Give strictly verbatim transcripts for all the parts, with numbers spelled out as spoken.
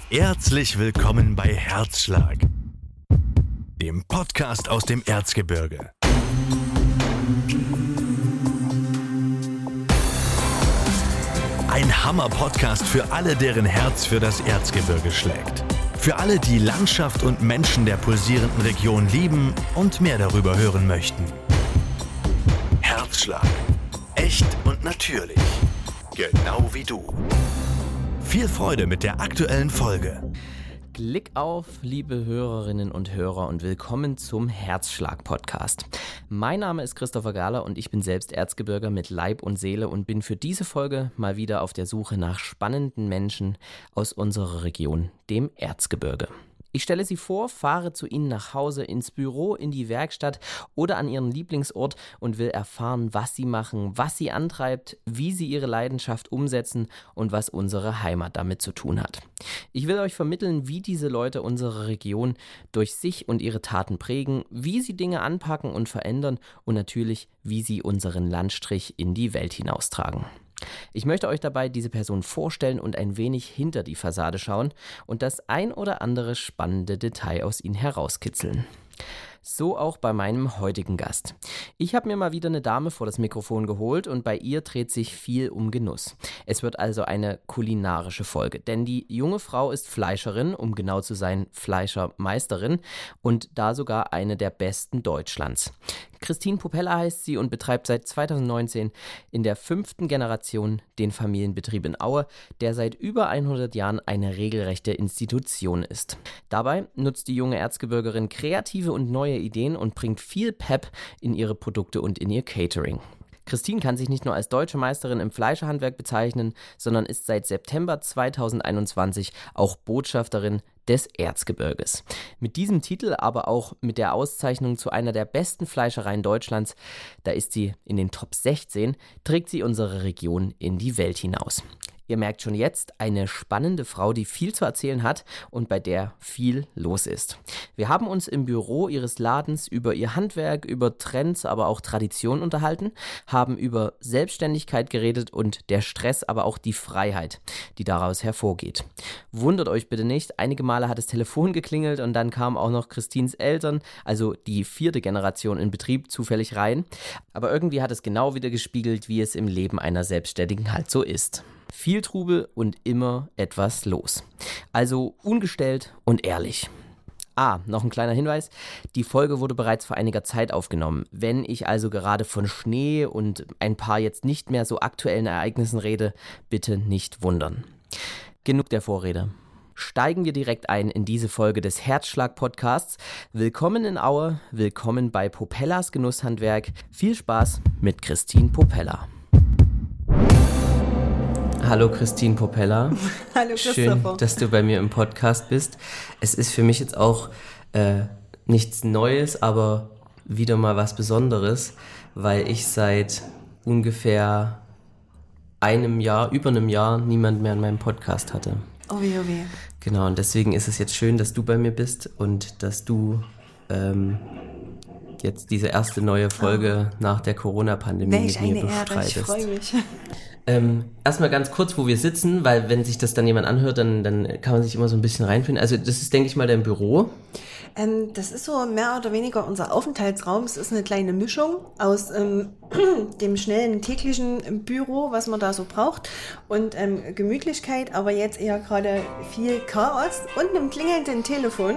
Herzlich willkommen bei Herzschlag, dem Podcast aus dem Erzgebirge. Ein Hammer-Podcast für alle, deren Herz für das Erzgebirge schlägt. Für alle, die Landschaft und Menschen der pulsierenden Region lieben und mehr darüber hören möchten. Herzschlag. Echt und natürlich. Genau wie du. Viel Freude mit der aktuellen Folge. Klick auf, liebe Hörerinnen und Hörer, und willkommen zum Herzschlag-Podcast. Mein Name ist Christopher Gahler und ich bin selbst Erzgebirger mit Leib und Seele und bin für diese Folge mal wieder auf der Suche nach spannenden Menschen aus unserer Region, dem Erzgebirge. Ich stelle sie vor, fahre zu ihnen nach Hause, ins Büro, in die Werkstatt oder an ihren Lieblingsort und will erfahren, was sie machen, was sie antreibt, wie sie ihre Leidenschaft umsetzen und was unsere Heimat damit zu tun hat. Ich will euch vermitteln, wie diese Leute unsere Region durch sich und ihre Taten prägen, wie sie Dinge anpacken und verändern und natürlich, wie sie unseren Landstrich in die Welt hinaustragen. Ich möchte euch dabei diese Person vorstellen und ein wenig hinter die Fassade schauen und das ein oder andere spannende Detail aus ihnen herauskitzeln. So auch bei meinem heutigen Gast. Ich habe mir mal wieder eine Dame vor das Mikrofon geholt und bei ihr dreht sich viel um Genuss. Es wird also eine kulinarische Folge, denn die junge Frau ist Fleischerin, um genau zu sein Fleischermeisterin und da sogar eine der besten Deutschlands. Christine Popella heißt sie und betreibt seit zweitausendneunzehn in der fünften Generation den Familienbetrieb in Aue, der seit über hundert Jahren eine regelrechte Institution ist. Dabei nutzt die junge Erzgebirgerin kreative und neue Ideen und bringt viel Pep in ihre Produkte und in ihr Catering. Christine kann sich nicht nur als deutsche Meisterin im Fleischerhandwerk bezeichnen, sondern ist seit September zweitausendeinundzwanzig auch Botschafterin des Erzgebirges. Mit diesem Titel, aber auch mit der Auszeichnung zu einer der besten Fleischereien Deutschlands, da ist sie in den Top sechzehn, trägt sie unsere Region in die Welt hinaus. Ihr merkt schon jetzt, eine spannende Frau, die viel zu erzählen hat und bei der viel los ist. Wir haben uns im Büro ihres Ladens über ihr Handwerk, über Trends, aber auch Tradition unterhalten, haben über Selbstständigkeit geredet und der Stress, aber auch die Freiheit, die daraus hervorgeht. Wundert euch bitte nicht, einige Male hat das Telefon geklingelt und dann kamen auch noch Christines Eltern, also die vierte Generation in Betrieb, zufällig rein. Aber irgendwie hat es genau wieder gespiegelt, wie es im Leben einer Selbstständigen halt so ist. Viel Trubel und immer etwas los. Also ungestellt und ehrlich. Ah, noch ein kleiner Hinweis. Die Folge wurde bereits vor einiger Zeit aufgenommen. Wenn ich also gerade von Schnee und ein paar jetzt nicht mehr so aktuellen Ereignissen rede, bitte nicht wundern. Genug der Vorrede. Steigen wir direkt ein in diese Folge des Herzschlag-Podcasts. Willkommen in Aue, willkommen bei Popellas Genusshandwerk. Viel Spaß mit Christine Popella. Hallo Christine Popella. Hallo Christopher. Schön, dass du bei mir im Podcast bist. Es ist für mich jetzt auch äh, nichts Neues, aber wieder mal was Besonderes, weil ich seit ungefähr einem Jahr, über einem Jahr, niemand mehr in meinem Podcast hatte. Oh weh, oh weh. Genau, und deswegen ist es jetzt schön, dass du bei mir bist und dass du ähm, jetzt diese erste neue Folge oh. nach der Corona-Pandemie Welch mit mir eine bestreitest. Ehre, ich freue mich. Ähm, erstmal ganz kurz, wo wir sitzen, weil wenn sich das dann jemand anhört, dann, dann kann man sich immer so ein bisschen reinfinden. Also das ist, denke ich mal, dein Büro. Ähm, das ist so mehr oder weniger unser Aufenthaltsraum. Es ist eine kleine Mischung aus ähm, dem schnellen täglichen Büro, was man da so braucht, und ähm, Gemütlichkeit, aber jetzt eher gerade viel Chaos und einem klingelnden Telefon.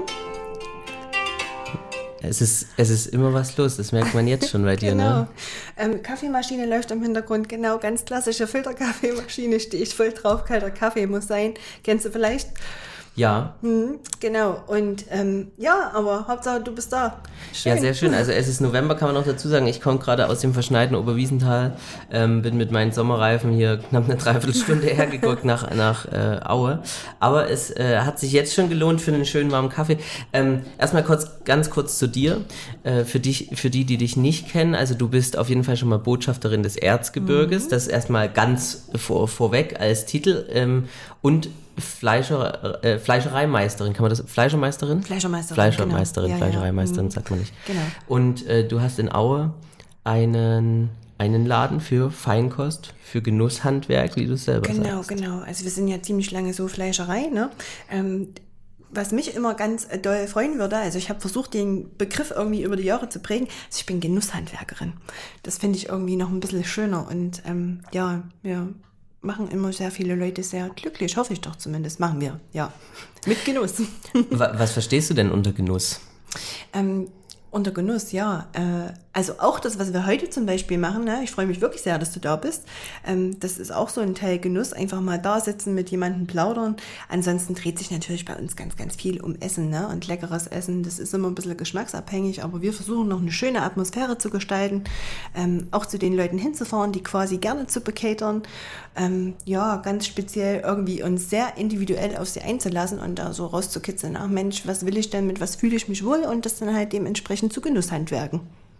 Es ist, es ist immer was los, das merkt man jetzt schon bei dir, genau. ne? Ähm, Kaffeemaschine läuft im Hintergrund, genau, ganz klassische Filterkaffeemaschine, stehe ich voll drauf, kalter Kaffee muss sein, kennst du vielleicht? Ja. Mhm, genau, und ähm, ja, aber Hauptsache du bist da. Schön. Ja, sehr schön. Also es ist November, kann man noch dazu sagen. Ich komme gerade aus dem verschneiten Oberwiesenthal, ähm, bin mit meinen Sommerreifen hier knapp eine Dreiviertelstunde hergeguckt nach, nach äh, Aue. Aber es äh, hat sich jetzt schon gelohnt für einen schönen warmen Kaffee. Ähm, erstmal kurz, ganz kurz zu dir. Äh, für dich, für die, die dich nicht kennen, also du bist auf jeden Fall schon mal Botschafterin des Erzgebirges. Mhm. Das erstmal ganz vor, vorweg als Titel. Ähm, und Fleischer, äh, Fleischereimeisterin, kann man das? Fleischermeisterin? Fleischermeisterin. Fleischermeisterin, genau. ja, Fleischereimeisterin, ja. sagt man nicht. Genau. Und äh, du hast in Aue einen, einen Laden für Feinkost, für Genusshandwerk, wie du es selber Genau, sagst. genau. Also wir sind ja ziemlich lange so Fleischerei, ne? Ähm, was mich immer ganz doll freuen würde, also ich habe versucht, den Begriff irgendwie über die Jahre zu prägen, also ich bin Genusshandwerkerin. Das finde ich irgendwie noch ein bisschen schöner und ähm, ja, wir machen immer sehr viele Leute sehr glücklich, hoffe ich doch zumindest, machen wir, ja, mit Genuss. Was verstehst du denn unter Genuss? ähm, Unter Genuss, ja. Äh, also auch das, was wir heute zum Beispiel machen, ne? Ich freue mich wirklich sehr, dass du da bist. Ähm, das ist auch so ein Teil Genuss, einfach mal da sitzen, mit jemandem plaudern. Ansonsten dreht sich natürlich bei uns ganz, ganz viel um Essen, ne? Und leckeres Essen. Das ist immer ein bisschen geschmacksabhängig, aber wir versuchen noch eine schöne Atmosphäre zu gestalten, ähm, auch zu den Leuten hinzufahren, die quasi gerne zu bekatern. Ähm, ja, ganz speziell irgendwie uns sehr individuell auf sie einzulassen und da so rauszukitzeln. Ach Mensch, was will ich denn, mit was fühle ich mich wohl? Und das dann halt dementsprechend zu Genusshandwerken.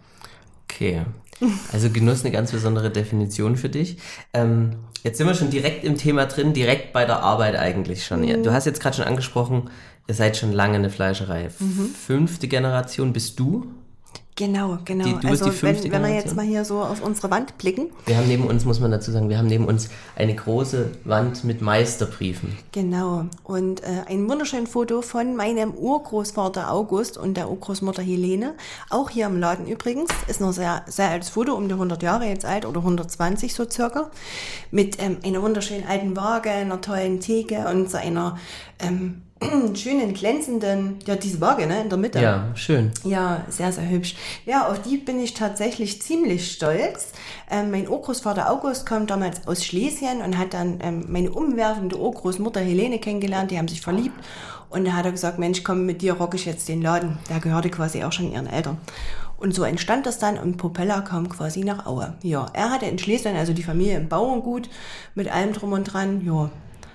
Okay, also Genuss eine ganz besondere Definition für dich. Ähm, jetzt sind wir schon direkt im Thema drin, direkt bei der Arbeit eigentlich schon. Mhm. Du hast jetzt gerade schon angesprochen, ihr seid schon lange eine Fleischerei. Mhm. Fünfte Generation bist du? Genau, genau. Die, du also bist die wenn, fünfte wenn wir Generation? jetzt mal hier so auf unsere Wand blicken. Wir haben neben uns, muss man dazu sagen, wir haben neben uns eine große Wand mit Meisterbriefen. Genau. Und äh, ein wunderschönes Foto von meinem Urgroßvater August und der Urgroßmutter Helene. Auch hier im Laden übrigens. Ist noch sehr, sehr altes Foto, um die hundert Jahre jetzt alt oder hundertzwanzig so circa. Mit ähm, einer wunderschönen alten Waage, einer tollen Theke und so einer ähm, schönen, glänzenden, ja, diese Waage, ne, in der Mitte. Ja, schön. Ja, sehr, sehr hübsch. Ja, auf die bin ich tatsächlich ziemlich stolz. Ähm, mein Urgroßvater August kam damals aus Schlesien und hat dann ähm, meine umwerfende Urgroßmutter Helene kennengelernt. Die haben sich verliebt. Und da hat er gesagt, Mensch, komm, mit dir rocke ich jetzt den Laden. Der gehörte quasi auch schon ihren Eltern. Und so entstand das dann und Propeller kam quasi nach Aue. Ja, er hatte in Schlesien, also die Familie im Bauerngut, mit allem drum und dran. Ja,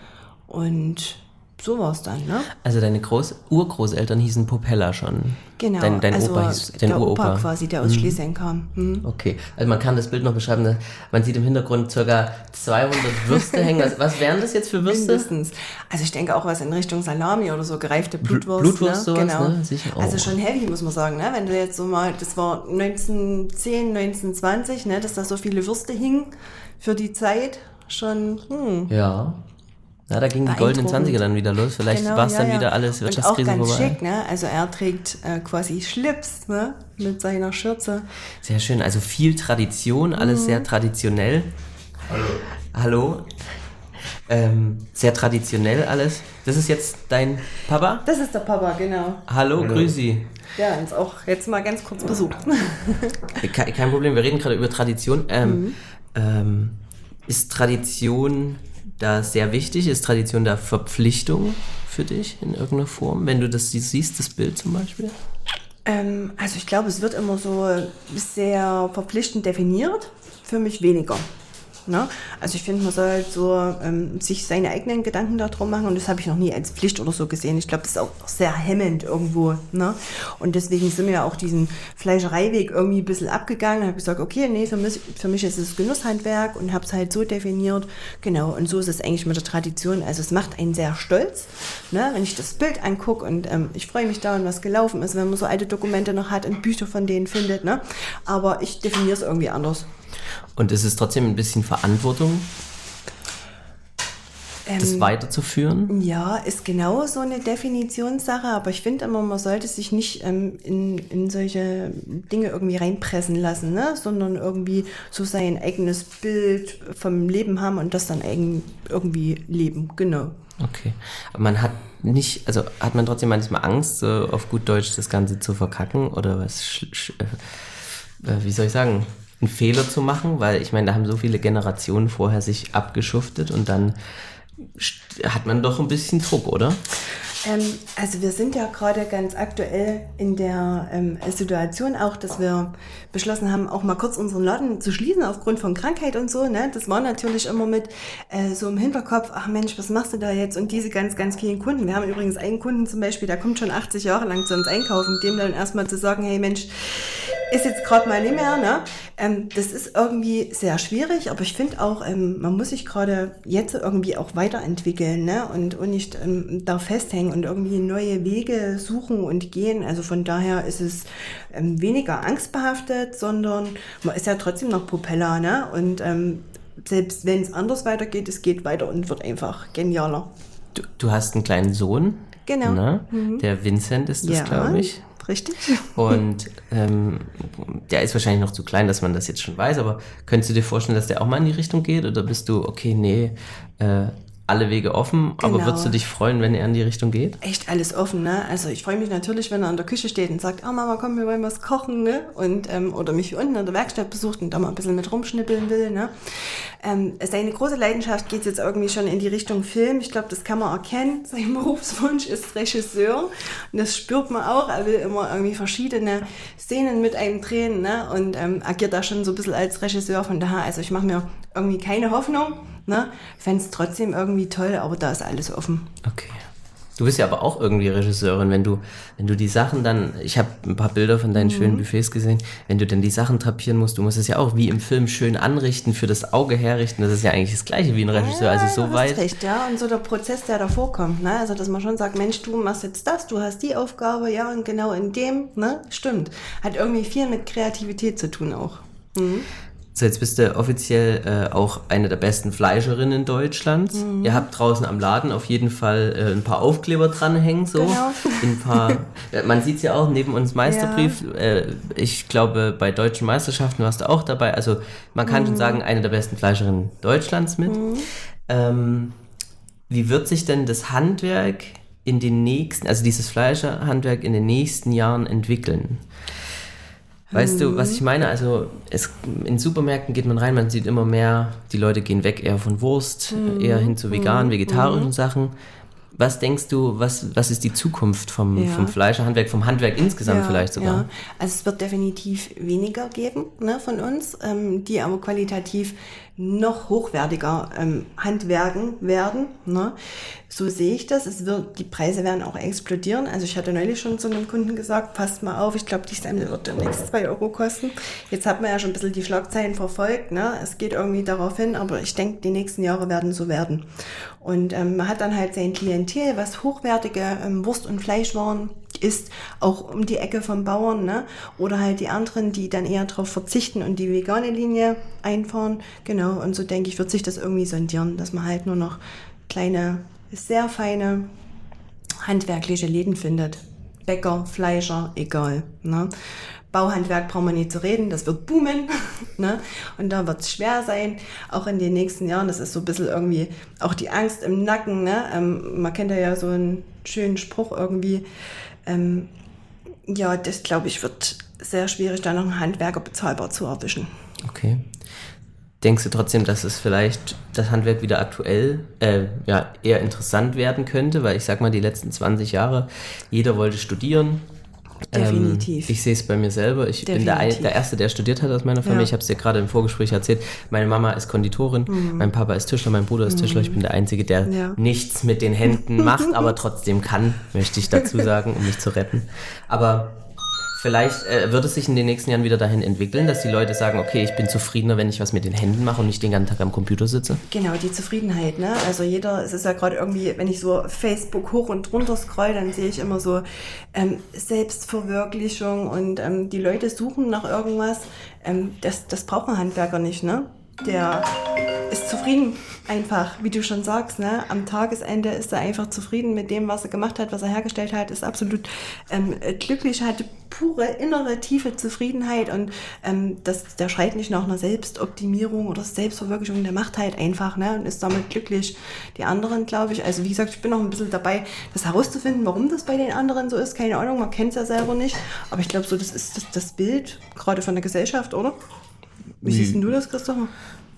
und so war es dann, ne? Also deine Groß- Urgroßeltern hießen Propeller schon. Genau, Dein, dein also Opa hieß, dein der Uropa. Opa quasi, der aus Mhm. Schlesien kam. Mhm. Okay, also man kann das Bild noch beschreiben, man sieht im Hintergrund ca. zweihundert Würste hängen. Was, was wären das jetzt für Würste? Mindestens. Also ich denke auch was in Richtung Salami oder so gereifte Blutwurst. Blutwurst, ne? sowas, Genau. ne? Sicher. Oh. Also schon heavy, muss man sagen, ne? Wenn du jetzt so mal, das war neunzehnhundertzehn, neunzehnhundertzwanzig, ne? Dass da so viele Würste hingen für die Zeit, schon, hm. Ja. Na, da gingen die goldenen Zwanziger dann wieder los. Vielleicht Genau, war es ja, dann ja. wieder alles Wirtschaftskrise vorbei. Und auch ganz vorbei. schick, ne? Also er trägt äh, quasi Schlips, ne? Mit seiner Schürze. Sehr schön, also viel Tradition, alles mhm. sehr traditionell. Hallo. Hallo. Ähm, sehr traditionell alles. Das ist jetzt dein Papa? Das ist der Papa, genau. Hallo, Hallo. Grüß Sie. Ja, uns auch jetzt mal ganz kurz besucht. Kein, kein Problem, wir reden gerade über Tradition. Ähm, mhm. ähm, ist Tradition da sehr wichtig? Ist Tradition da Verpflichtung für dich in irgendeiner Form? Wenn du das siehst, das Bild zum Beispiel? Ähm, also ich glaube, es wird immer so sehr verpflichtend definiert. Für mich weniger. Ne? Also ich finde, man soll halt so ähm, sich seine eigenen Gedanken darum machen und das habe ich noch nie als Pflicht oder so gesehen. Ich glaube, das ist auch sehr hemmend irgendwo. Ne? Und deswegen sind wir ja auch diesen Fleischereiweg irgendwie ein bisschen abgegangen. Habe gesagt, okay, nee, für mich, für mich ist es Genusshandwerk und habe es halt so definiert. Genau, und so ist es eigentlich mit der Tradition. Also es macht einen sehr stolz, ne? Wenn ich das Bild angucke und ähm, ich freue mich da, und was gelaufen ist, wenn man so alte Dokumente noch hat und Bücher von denen findet. Ne? Aber ich definiere es irgendwie anders. Und ist es trotzdem ein bisschen Verantwortung, ähm, das weiterzuführen? Ja, ist genau so eine Definitionssache, aber ich finde immer, man sollte sich nicht ähm, in, in solche Dinge irgendwie reinpressen lassen, ne? Sondern irgendwie so sein eigenes Bild vom Leben haben und das dann eigen, irgendwie leben, genau. Okay, aber man hat nicht, also hat man trotzdem manchmal Angst, so auf gut Deutsch das Ganze zu verkacken oder was, sch- sch- äh, wie soll ich sagen, einen Fehler zu machen, weil ich meine, da haben so viele Generationen vorher sich abgeschuftet und dann hat man doch ein bisschen Druck, oder? Ähm, also wir sind ja gerade ganz aktuell in der ähm, Situation auch, dass wir beschlossen haben, auch mal kurz unseren Laden zu schließen aufgrund von Krankheit und so. Ne? Das war natürlich immer mit äh, so im Hinterkopf, ach Mensch, was machst du da jetzt? Und diese ganz, ganz vielen Kunden. Wir haben übrigens einen Kunden zum Beispiel, der kommt schon achtzig Jahre lang zu uns einkaufen, dem dann erstmal zu sagen, hey Mensch, ist jetzt gerade mal nicht mehr, ne? Ähm, das ist irgendwie sehr schwierig, aber ich finde auch, ähm, man muss sich gerade jetzt irgendwie auch weiterentwickeln, ne? Und, und nicht ähm, da festhängen und irgendwie neue Wege suchen und gehen. Also von daher ist es ähm, weniger angstbehaftet, sondern man ist ja trotzdem noch Propeller, ne? Und ähm, selbst wenn es anders weitergeht, es geht weiter und wird einfach genialer. Du, du hast einen kleinen Sohn. Genau. Ne? Mhm. Der Vincent ist das, Ja, glaube ich. Richtig. Und ähm, der ist wahrscheinlich noch zu klein, dass man das jetzt schon weiß, aber könntest du dir vorstellen, dass der auch mal in die Richtung geht? Oder bist du, okay, nee, äh, alle Wege offen, Genau. aber würdest du dich freuen, wenn er in die Richtung geht? Echt alles offen, ne? Also ich freue mich natürlich, wenn er in der Küche steht und sagt, oh Mama, komm, wir wollen was kochen, ne? Und, ähm, oder mich hier unten in der Werkstatt besucht und da mal ein bisschen mit rumschnippeln will, ne? Ähm, seine große Leidenschaft geht jetzt irgendwie schon in die Richtung Film. Ich glaube, das kann man erkennen. Sein Berufswunsch ist Regisseur. Und das spürt man auch. Er will immer irgendwie verschiedene Szenen mit einem drehen, ne? Und ähm, agiert da schon so ein bisschen als Regisseur. Von daher, also ich mache mir irgendwie keine Hoffnung, ne? Fände es trotzdem irgendwie toll, aber da ist alles offen. Okay. Du bist ja aber auch irgendwie Regisseurin, wenn du, wenn du die Sachen dann, ich habe ein paar Bilder von deinen mhm. schönen Buffets gesehen, wenn du dann die Sachen drapieren musst, du musst es ja auch wie im Film schön anrichten, für das Auge herrichten, das ist ja eigentlich das Gleiche wie ein Regisseur, ja, also so du weit. hast recht, ja, und so der Prozess, der davor kommt, ne, also dass man schon sagt, Mensch, du machst jetzt das, du hast die Aufgabe, ja, und genau in dem, ne, stimmt, hat irgendwie viel mit Kreativität zu tun auch. Mhm. So, jetzt bist du offiziell äh, auch eine der besten Fleischerinnen Deutschlands. Mhm. Ihr habt draußen am Laden auf jeden Fall äh, ein paar Aufkleber dranhängen, so. Genau. Ein paar, äh, man sieht es ja auch neben uns Meisterbrief. Ja. Äh, ich glaube, bei deutschen Meisterschaften warst du auch dabei. Also man kann mhm. schon sagen, eine der besten Fleischerinnen Deutschlands mit. Mhm. Ähm, wie wird sich denn das Handwerk in den nächsten, also dieses Fleischerhandwerk in den nächsten Jahren entwickeln? Weißt du, was ich meine? Also es, in Supermärkten geht man rein, man sieht immer mehr, die Leute gehen weg eher von Wurst, mm. eher hin zu veganen, mm. vegetarischen mm. Sachen. Was denkst du, was, was ist die Zukunft vom, ja. vom Fleischerhandwerk, vom Handwerk insgesamt ja, vielleicht sogar? Ja. Also es wird definitiv weniger geben, ne, von uns, ähm, die aber qualitativ noch hochwertiger ähm, handwerken werden. Ne? So sehe ich das. Es wird, die Preise werden auch explodieren. Also ich hatte neulich schon zu einem Kunden gesagt, passt mal auf, ich glaube, die Semmel wird demnächst zwei Euro kosten. Jetzt hat man ja schon ein bisschen die Schlagzeilen verfolgt. Ne? Es geht irgendwie darauf hin, aber ich denke, die nächsten Jahre werden so werden. Und ähm, man hat dann halt sein Klientel, was hochwertige ähm, Wurst- und Fleischwaren ist, auch um die Ecke vom Bauern, ne? Oder halt die anderen, die dann eher darauf verzichten und die vegane Linie einfahren. Genau, und so denke ich, wird sich das irgendwie sondieren, dass man halt nur noch kleine, sehr feine handwerkliche Läden findet. Bäcker, Fleischer, egal. Ne? Bauhandwerk brauchen wir nicht zu reden, das wird boomen. Ne? Und da wird es schwer sein, auch in den nächsten Jahren. Das ist so ein bisschen irgendwie auch die Angst im Nacken. Ne? Ähm, man kennt ja so einen schönen Spruch irgendwie. Ähm, ja, das glaube ich wird sehr schwierig, da noch einen Handwerker bezahlbar zu erwischen. Okay. Denkst du trotzdem, dass es vielleicht das Handwerk wieder aktuell äh, ja, eher interessant werden könnte? Weil ich sag mal, die letzten zwanzig Jahre, jeder wollte studieren. Definitiv. Ähm, ich sehe es bei mir selber. Ich Definitiv. bin der, ein, der Erste, der studiert hat aus meiner Familie. Ja. Ich habe es dir gerade im Vorgespräch erzählt. Meine Mama ist Konditorin, mhm. mein Papa ist Tischler, mein Bruder ist mhm. Tischler. Ich bin der Einzige, der ja. nichts mit den Händen macht, aber trotzdem kann, möchte ich dazu sagen, um mich zu retten. Aber vielleicht äh, wird es sich in den nächsten Jahren wieder dahin entwickeln, dass die Leute sagen, okay, ich bin zufriedener, wenn ich was mit den Händen mache und nicht den ganzen Tag am Computer sitze. Genau, die Zufriedenheit, ne? Also jeder, es ist ja gerade irgendwie, wenn ich so Facebook hoch und runter scroll, dann sehe ich immer so ähm, Selbstverwirklichung und ähm, die Leute suchen nach irgendwas. Ähm, das, das brauchen Handwerker nicht, ne? Der ist zufrieden einfach, wie du schon sagst, ne? Am Tagesende ist er einfach zufrieden mit dem, was er gemacht hat, was er hergestellt hat, ist absolut ähm, glücklich, hat pure innere, tiefe Zufriedenheit und ähm, das, der schreit nicht nach einer Selbstoptimierung oder Selbstverwirklichung, der macht halt einfach, ne? Und ist damit glücklich. Die anderen, glaube ich, also wie gesagt, ich bin noch ein bisschen dabei, das herauszufinden, warum das bei den anderen so ist, keine Ahnung, man kennt es ja selber nicht, aber ich glaube so, das ist das, das Bild, gerade von der Gesellschaft, oder? Wie siehst denn du das, Christopher?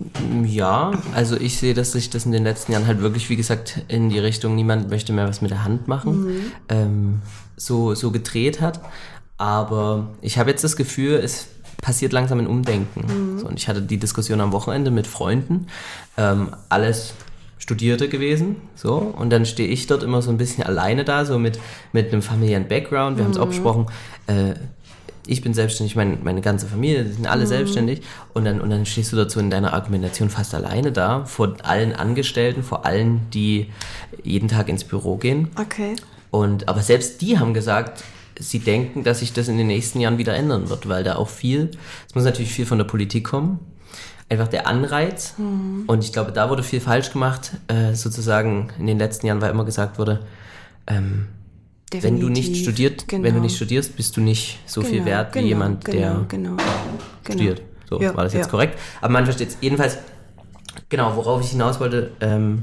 Ja, also ich sehe, dass sich das in den letzten Jahren halt wirklich, wie gesagt, in die Richtung, niemand möchte mehr was mit der Hand machen, mhm. ähm, so, so gedreht hat. Aber ich habe jetzt das Gefühl, es passiert langsam ein Umdenken. Mhm. So, und ich hatte die Diskussion am Wochenende mit Freunden, ähm, alles Studierte gewesen, so, und dann stehe ich dort immer so ein bisschen alleine da, so mit, mit einem familiären Background. Wir mhm. haben es auch besprochen, äh, ich bin selbstständig, meine, meine ganze Familie, die sind alle mhm. selbstständig und dann, und dann stehst du dazu in deiner Argumentation fast alleine da, vor allen Angestellten, vor allen, die jeden Tag ins Büro gehen. Okay. Und, aber selbst die haben gesagt, sie denken, dass sich das in den nächsten Jahren wieder ändern wird, weil da auch viel, es muss natürlich viel von der Politik kommen, einfach der Anreiz. Mhm. Und ich glaube, da wurde viel falsch gemacht, äh, sozusagen in den letzten Jahren, weil immer gesagt wurde, ähm, wenn du nicht studiert, genau. wenn du nicht studierst, bist du nicht so genau, viel wert wie genau, jemand, genau, der genau, studiert. So, ja, war das jetzt ja. korrekt? Aber man versteht es. Jedenfalls, genau, worauf ich hinaus wollte, ähm,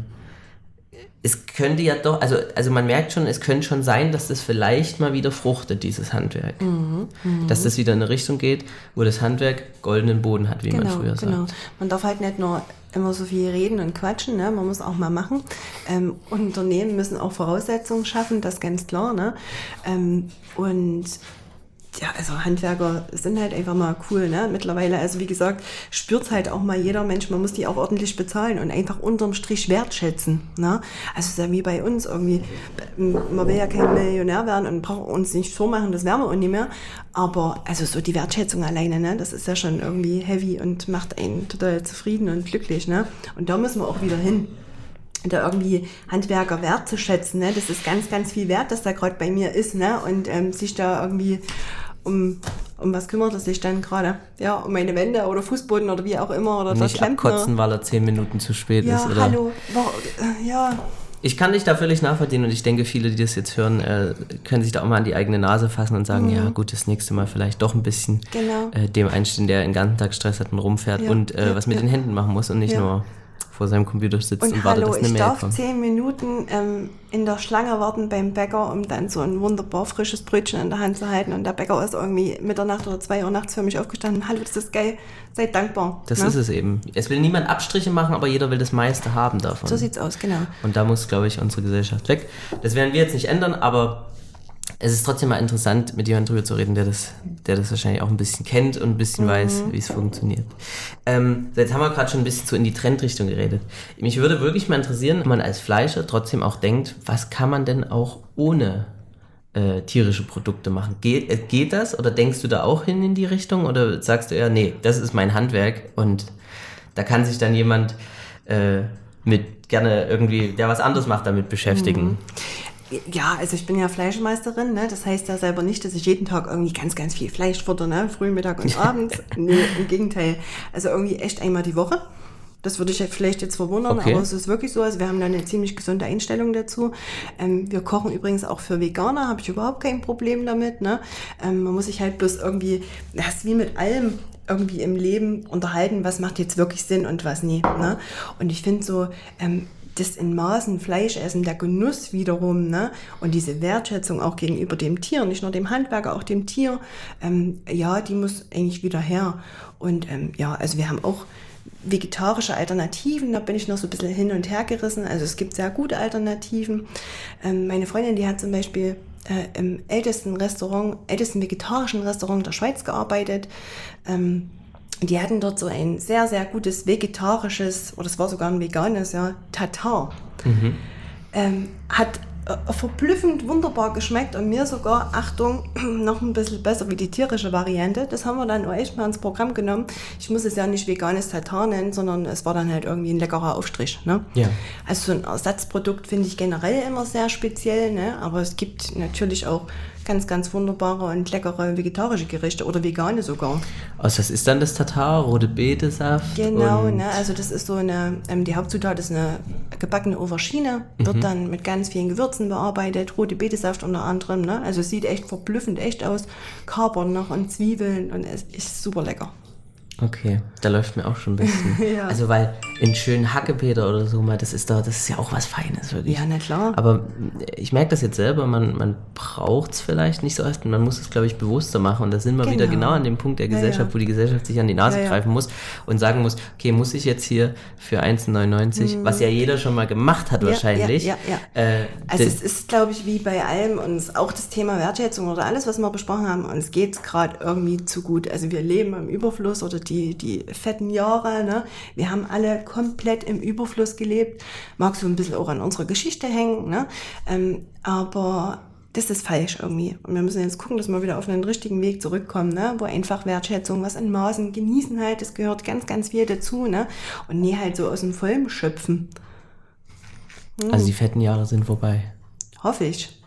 es könnte ja doch, also, also man merkt schon, es könnte schon sein, dass das vielleicht mal wieder fruchtet, dieses Handwerk. Mhm, mh. Dass das wieder in eine Richtung geht, wo das Handwerk goldenen Boden hat, wie genau, man früher sagt. Genau. Man darf halt nicht nur immer so viel reden und quatschen, ne? Man muss auch mal machen. Ähm, Unternehmen müssen auch Voraussetzungen schaffen, das ist ganz klar. Ne? Ähm, und ja, also Handwerker sind halt einfach mal cool, ne? Mittlerweile, also wie gesagt, spürt halt auch mal jeder Mensch, man muss die auch ordentlich bezahlen und einfach unterm Strich wertschätzen, ne? Also es ist ja wie bei uns irgendwie, man will ja kein Millionär werden und braucht uns nicht vormachen, das werden wir auch nicht mehr, aber also so die Wertschätzung alleine, ne? Das ist ja schon irgendwie heavy und macht einen total zufrieden und glücklich, ne? Und da müssen wir auch wieder hin. Da irgendwie Handwerker wertzuschätzen, ne? Das ist ganz, ganz viel wert, dass da gerade bei mir ist, ne? Und ähm, sich da irgendwie um, um was kümmert er sich dann gerade? Ja, um meine Wände oder Fußboden oder wie auch immer. Oder nicht abkotzen, weil er zehn Minuten zu spät ja, ist. Oder? Hallo. Boah, äh, ja, Ich kann dich da völlig nachvollziehen und ich denke, viele, die das jetzt hören, äh, können sich da auch mal an die eigene Nase fassen und sagen, mhm. ja gut, das nächste Mal vielleicht doch ein bisschen genau. äh, dem einstehen, der den ganzen Tag Stress hat und rumfährt ja, und äh, ja, was mit ja. den Händen machen muss und nicht ja. nur vor seinem Computer sitzt und, und wartet, hallo, dass eine Mail kommt. Ich darf zehn Minuten ähm, in der Schlange warten beim Bäcker, um dann so ein wunderbar frisches Brötchen in der Hand zu halten und der Bäcker ist irgendwie Mitternacht oder zwei Uhr nachts für mich aufgestanden. Hallo, das ist geil, seid dankbar. Das ne? ist es eben. Es will niemand Abstriche machen, aber jeder will das meiste haben davon. So sieht's aus, genau. Und da muss, glaube ich, unsere Gesellschaft weg. Das werden wir jetzt nicht ändern, aber es ist trotzdem mal interessant, mit jemandem drüber zu reden, der das, der das wahrscheinlich auch ein bisschen kennt und ein bisschen mhm. weiß, wie es funktioniert. Ähm, jetzt haben wir gerade schon ein bisschen so in die Trendrichtung geredet. Mich würde wirklich mal interessieren, ob man als Fleischer trotzdem auch denkt, was kann man denn auch ohne äh, tierische Produkte machen? Geht, äh, geht das oder denkst du da auch hin in die Richtung oder sagst du eher, nee, das ist mein Handwerk und da kann sich dann jemand äh, mit gerne irgendwie, der was anderes macht, damit beschäftigen? Mhm. Ja, also ich bin ja Fleischmeisterin, ne? Das heißt ja selber nicht, dass ich jeden Tag irgendwie ganz, ganz viel Fleisch futter, ne? Früh, Mittag und abends. Nee, im Gegenteil. Also irgendwie echt einmal die Woche. Das würde ich vielleicht jetzt verwundern, okay. aber es ist wirklich so. Also wir haben da eine ziemlich gesunde Einstellung dazu. Ähm, wir kochen übrigens auch für Veganer, habe ich überhaupt kein Problem damit, ne? Ähm, man muss sich halt bloß irgendwie, das ist wie mit allem, irgendwie im Leben unterhalten, was macht jetzt wirklich Sinn und was nie, ne? Und ich finde so, ähm, das in Maßen Fleisch essen, der Genuss wiederum, ne? Und diese Wertschätzung auch gegenüber dem Tier, nicht nur dem Handwerker, auch dem Tier, ähm, ja, die muss eigentlich wieder her. Und ähm, ja, also wir haben auch vegetarische Alternativen, da bin ich noch so ein bisschen hin und her gerissen. Also es gibt sehr gute Alternativen. Ähm, meine Freundin, die hat zum Beispiel äh, im ältesten Restaurant, ältesten vegetarischen Restaurant der Schweiz gearbeitet. Ähm, Die hatten dort so ein sehr, sehr gutes vegetarisches, oder es war sogar ein veganes, ja, Tatar. Mhm. Ähm, hat äh, verblüffend wunderbar geschmeckt und mir sogar, Achtung, noch ein bisschen besser wie die tierische Variante. Das haben wir dann auch echt mal ins Programm genommen. Ich muss es ja nicht veganes Tatar nennen, sondern es war dann halt irgendwie ein leckerer Aufstrich. Ne? Ja. Also so ein Ersatzprodukt finde ich generell immer sehr speziell, ne? Aber es gibt natürlich auch ganz, ganz wunderbare und leckere vegetarische Gerichte oder vegane sogar. Also das ist dann das Tatar, rote Betesaft? Genau, ne, also das ist so eine, ähm, die Hauptzutat ist eine gebackene Aubergine, wird mhm. dann mit ganz vielen Gewürzen bearbeitet, rote Betesaft unter anderem, ne, also es sieht echt verblüffend echt aus, Kapern noch und Zwiebeln und es ist super lecker. Okay, da läuft mir auch schon ein bisschen. ja. Also weil in schönen Hackepeter oder so mal, das ist da, das ist ja auch was Feines wirklich. Ja, na klar. Aber ich merke das jetzt selber, man, man braucht es vielleicht nicht so oft und man muss es, glaube ich, bewusster machen. Und da sind wir genau. wieder genau an dem Punkt der Gesellschaft, ja, ja. wo die Gesellschaft sich an die Nase ja, ja. greifen muss und sagen muss, okay, muss ich jetzt hier für eins neunundneunzig, mhm. was ja jeder schon mal gemacht hat ja, wahrscheinlich. Ja, ja, ja. Äh, also es ist, glaube ich, wie bei allem und auch das Thema Wertschätzung oder alles, was wir besprochen haben, uns geht es gerade irgendwie zu gut. Also wir leben im Überfluss oder die, die fetten Jahre, ne? Wir haben alle komplett im Überfluss gelebt. Mag so ein bisschen auch an unserer Geschichte hängen, ne? Ähm, aber das ist falsch irgendwie. Und wir müssen jetzt gucken, dass wir wieder auf einen richtigen Weg zurückkommen, ne? Wo einfach Wertschätzung, was in Maßen genießen halt, das gehört ganz, ganz viel dazu, ne? Und nie halt so aus dem Vollen schöpfen. Hm. Also die fetten Jahre sind vorbei. Hoffe ich.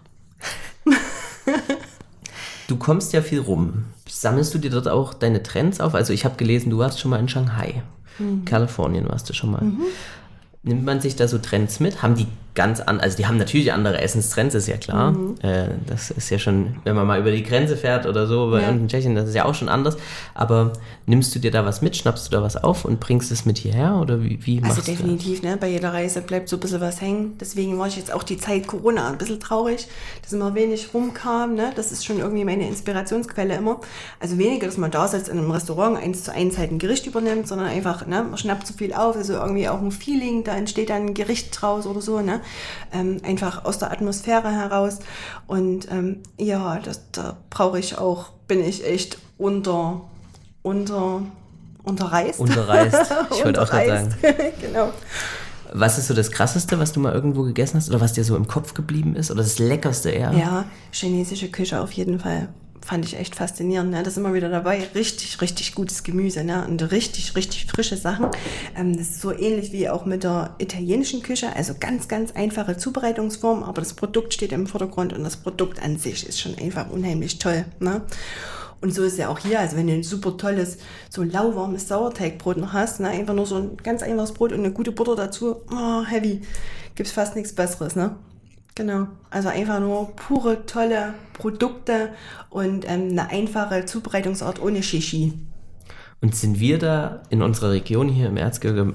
Du kommst ja viel rum. Sammelst du dir dort auch deine Trends auf? Also ich habe gelesen, du warst schon mal in Shanghai. Mhm. Kalifornien warst du schon mal. Mhm. Nimmt man sich da so Trends mit? Haben die ganz an, also die haben natürlich andere Essenstrends, ist ja klar. Mhm. Äh, das ist ja schon, wenn man mal über die Grenze fährt oder so, bei ja. uns in Tschechien, das ist ja auch schon anders. Aber nimmst du dir da was mit, schnappst du da was auf und bringst es mit hierher? Oder wie, wie machst Also definitiv, ne? Bei jeder Reise bleibt so ein bisschen was hängen. Deswegen war ich jetzt auch die Zeit Corona ein bisschen traurig, dass immer wenig rumkam. Ne? Das ist schon irgendwie meine Inspirationsquelle immer. Also weniger, dass man da sitzt in einem Restaurant, eins zu eins halt ein Gericht übernimmt, sondern einfach, ne? Man schnappt so viel auf, also irgendwie auch ein Feeling, da entsteht dann ein Gericht draus oder so, ne? Ähm, einfach aus der Atmosphäre heraus. Und ähm, ja, das, da brauche ich auch, bin ich echt unter, unter, unterreist. Unterreist, ich wollte auch gerade sagen. Genau. Was ist so das Krasseste, was du mal irgendwo gegessen hast oder was dir so im Kopf geblieben ist? Oder das Leckerste eher? Ja, chinesische Küche auf jeden Fall. Fand ich echt faszinierend. Ne? Das ist immer wieder dabei. Richtig, richtig gutes Gemüse, ne? Und richtig, richtig frische Sachen. Ähm, das ist so ähnlich wie auch mit der italienischen Küche. Also ganz, ganz einfache Zubereitungsform, aber das Produkt steht im Vordergrund und das Produkt an sich ist schon einfach unheimlich toll. Ne? Und so ist es ja auch hier. Also wenn du ein super tolles, so lauwarmes Sauerteigbrot noch hast, ne? Einfach nur so ein ganz einfaches Brot und eine gute Butter dazu, oh, heavy, gibt's fast nichts Besseres, ne? Genau, also einfach nur pure, tolle Produkte und ähm, eine einfache Zubereitungsart ohne Shishi. Und sind wir da in unserer Region hier im Erzgebirge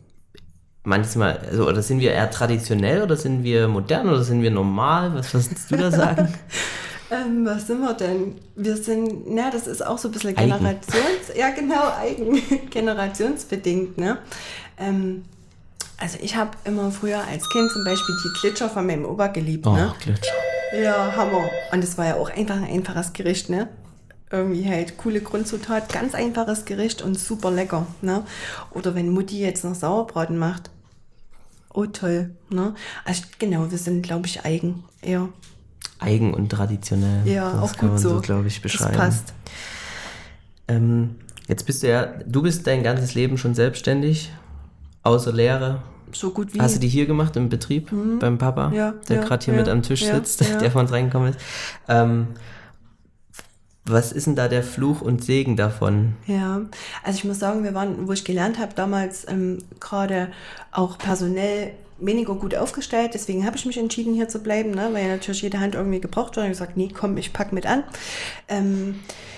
manchmal, also oder sind wir eher traditionell oder sind wir modern oder sind wir normal? Was würdest du da sagen? ähm, was sind wir denn? Wir sind, na, das ist auch so ein bisschen Generations... ja, genau, eigen, generationsbedingt, ne? Ähm, Also ich habe immer früher als Kind zum Beispiel die Glitscher von meinem Opa geliebt. Oh, ne? Glitscher. Ja, Hammer. Und es war ja auch einfach ein einfaches Gericht, ne? Irgendwie halt coole Grundzutat, ganz einfaches Gericht und super lecker, ne? Oder wenn Mutti jetzt noch Sauerbraten macht. Oh, toll, ne? Also genau, wir sind, glaube ich, eigen, eher. Eigen und traditionell. Ja, das auch kann gut man so. so, glaube ich, beschreiben. Das passt. Ähm, jetzt bist du ja, du bist dein ganzes Leben schon selbstständig. Außer Lehre. So gut wie. Hast du die hier gemacht im Betrieb mhm. beim Papa, ja, der ja, gerade hier ja, mit am Tisch ja, sitzt, ja. der von uns reingekommen ist. Ähm, was ist denn da der Fluch und Segen davon? Ja, also ich muss sagen, wir waren, wo ich gelernt habe, damals ähm, gerade auch personell weniger gut aufgestellt. Deswegen habe ich mich entschieden, hier zu bleiben, ne? Weil ja natürlich jede Hand irgendwie gebraucht wird. Und ich habe gesagt, nee, komm, ich pack mit an. Ähm,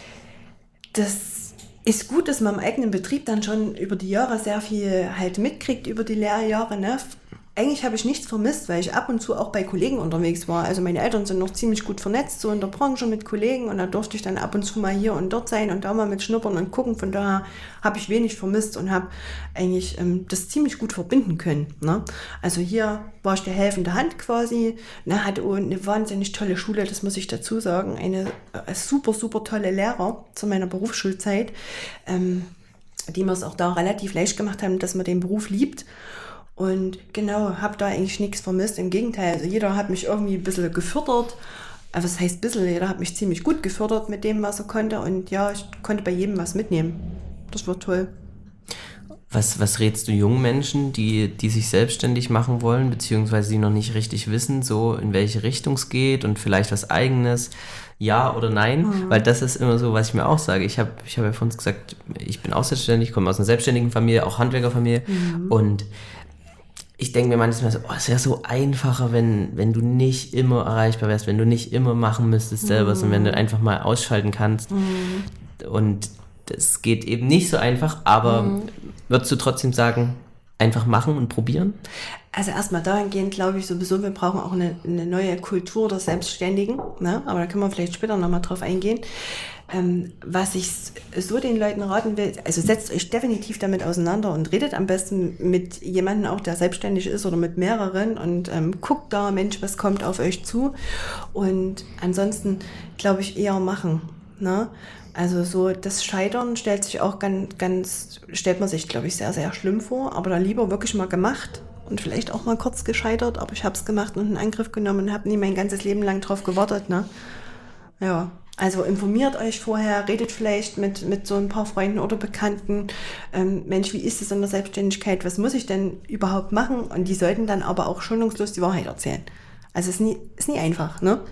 das ist gut, dass man im eigenen Betrieb dann schon über die Jahre sehr viel halt mitkriegt, über die Lehrjahre, ne? Eigentlich habe ich nichts vermisst, weil ich ab und zu auch bei Kollegen unterwegs war. Also meine Eltern sind noch ziemlich gut vernetzt, so in der Branche mit Kollegen und da durfte ich dann ab und zu mal hier und dort sein und da mal mit schnuppern und gucken. Von daher habe ich wenig vermisst und habe eigentlich ähm, das ziemlich gut verbinden können, ne? Also hier war ich der helfende Hand quasi, ne? Hatte eine wahnsinnig tolle Schule, das muss ich dazu sagen. Eine äh, super, super tolle Lehrer zu meiner Berufsschulzeit, ähm, die mir es auch da relativ leicht gemacht haben, dass man den Beruf liebt. Und genau, habe da eigentlich nichts vermisst. Im Gegenteil, also jeder hat mich irgendwie ein bisschen gefördert. Also das heißt ein bisschen, jeder hat mich ziemlich gut gefördert mit dem, was er konnte. Und ja, ich konnte bei jedem was mitnehmen. Das war toll. Was, was rätst du jungen Menschen, die, die sich selbstständig machen wollen, beziehungsweise die noch nicht richtig wissen, so in welche Richtung es geht und vielleicht was Eigenes, ja oder nein? Mhm. Weil das ist immer so, was ich mir auch sage. Ich habe ich hab ja von uns gesagt, ich bin auch selbstständig, komme aus einer selbstständigen Familie, auch Handwerkerfamilie. Mhm. Und ich denke mir manchmal so, oh, es wäre so einfacher, wenn, wenn du nicht immer erreichbar wärst, wenn du nicht immer machen müsstest selber, mhm. sondern wenn du einfach mal ausschalten kannst. Mhm. Und das geht eben nicht so einfach, aber mhm. würdest du trotzdem sagen, einfach machen und probieren? Also erstmal dahingehend glaube ich sowieso, wir brauchen auch eine, eine neue Kultur der Selbstständigen, ne? Aber da können wir vielleicht später nochmal drauf eingehen. Ähm, was ich so den Leuten raten will, also setzt euch definitiv damit auseinander und redet am besten mit jemandem auch, der selbstständig ist oder mit mehreren und ähm, guckt da, Mensch, was kommt auf euch zu? Und ansonsten glaube ich eher machen, ne? Also so das Scheitern stellt sich auch ganz, ganz, stellt man sich, glaube ich, sehr, sehr schlimm vor, aber da lieber wirklich mal gemacht, und vielleicht auch mal kurz gescheitert, aber ich habe es gemacht und in Angriff genommen und habe nie mein ganzes Leben lang drauf gewartet. Ne? Ja, also informiert euch vorher, redet vielleicht mit, mit so ein paar Freunden oder Bekannten. Ähm, Mensch, wie ist es in der Selbstständigkeit? Was muss ich denn überhaupt machen? Und die sollten dann aber auch schonungslos die Wahrheit erzählen. Also es ist nie, ist nie einfach, ne?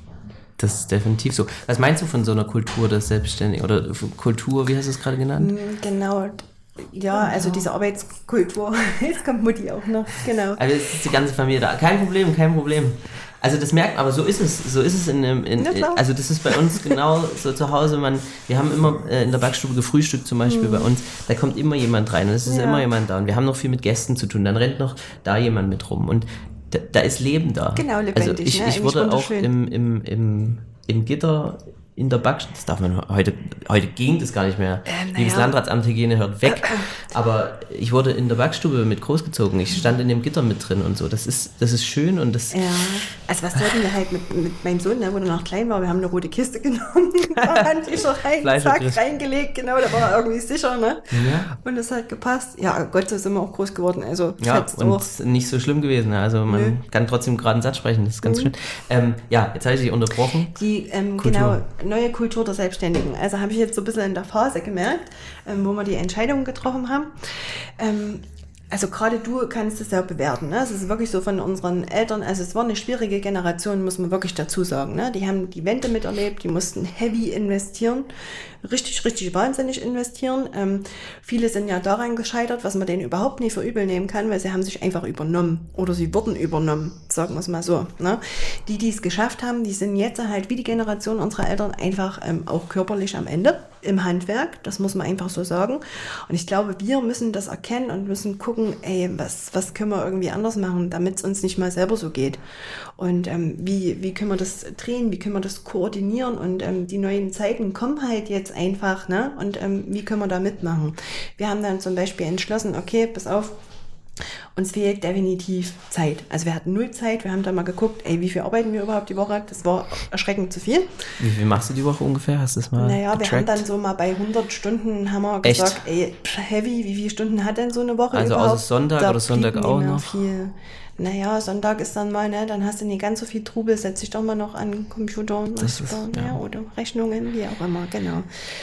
Das ist definitiv so. Was meinst du von so einer Kultur des Selbstständigen oder Kultur, wie hast du es gerade genannt? Genau, ja, also diese Arbeitskultur. Jetzt kommt Mutti auch noch, genau. Also es ist die ganze Familie da. Kein Problem, kein Problem. Also das merkt man, aber so ist es, so ist es in, in, in also das ist bei uns genau so zu Hause, man, wir haben immer äh, in der Backstube gefrühstückt zum Beispiel mhm. bei uns, da kommt immer jemand rein und es ist ja. immer jemand da und wir haben noch viel mit Gästen zu tun, dann rennt noch da jemand mit rum und da, da ist Leben da. Genau, lebendig. Also ich, ne? ich wurde auch im, im, im, im Gitter in der Backstube, das darf man heute, heute ging das gar nicht mehr, ähm, liebes ja. Landratsamthygiene hört weg, aber ich wurde in der Backstube mit großgezogen, ich stand in dem Gitter mit drin und so, das ist, das ist schön und das... Ja, also was sollten wir halt mit, mit meinem Sohn, ne, wo er noch klein war, wir haben eine rote Kiste genommen, Handtücher rein, zack, reingelegt, genau, da war er irgendwie sicher, ne, ja. und das hat gepasst, ja, Gott, so sind wir auch groß geworden, also... Ja, und auch. Nicht so schlimm gewesen, also man Nö. kann trotzdem gerade einen Satz sprechen, das ist ganz mhm. schön. Ähm, ja, jetzt habe ich dich unterbrochen. Die, ähm, genau, neue Kultur der Selbstständigen. Also habe ich jetzt so ein bisschen in der Phase gemerkt, ähm, wo wir die Entscheidungen getroffen haben. Ähm, also gerade du kannst es ja bewerten. Ne? Es ist wirklich so von unseren Eltern, also es war eine schwierige Generation, muss man wirklich dazu sagen. Ne? Die haben die Wende miterlebt, die mussten heavy investieren, richtig, richtig wahnsinnig investieren. Ähm, viele sind ja daran gescheitert, was man denen überhaupt nicht für übel nehmen kann, weil sie haben sich einfach übernommen oder sie wurden übernommen, sagen wir es mal so. Ne? Die, die es geschafft haben, die sind jetzt halt wie die Generation unserer Eltern einfach ähm, auch körperlich am Ende im Handwerk, das muss man einfach so sagen. Und ich glaube, wir müssen das erkennen und müssen gucken, ey, was, was können wir irgendwie anders machen, damit es uns nicht mal selber so geht. Und ähm, wie, wie können wir das drehen, wie können wir das koordinieren und ähm, die neuen Zeiten kommen halt jetzt einfach, ne? Und ähm, wie können wir da mitmachen? Wir haben dann zum Beispiel entschlossen, okay, pass auf, uns fehlt definitiv Zeit. Also wir hatten null Zeit, wir haben da mal geguckt, ey, wie viel arbeiten wir überhaupt die Woche? Das war erschreckend zu viel. Wie viel machst du die Woche ungefähr? Hast du das mal Naja, getrackt? wir haben dann so mal bei hundert Stunden haben wir gesagt, Echt? ey, heavy, wie viele Stunden hat denn so eine Woche also überhaupt? Also außer Sonntag da oder Sonntag auch noch? Viel. Naja, Sonntag ist dann mal, ne, dann hast du nicht ganz so viel Trubel, setz dich doch mal noch an den Computer und das ist, ja. ja, oder Rechnungen, wie auch immer, genau.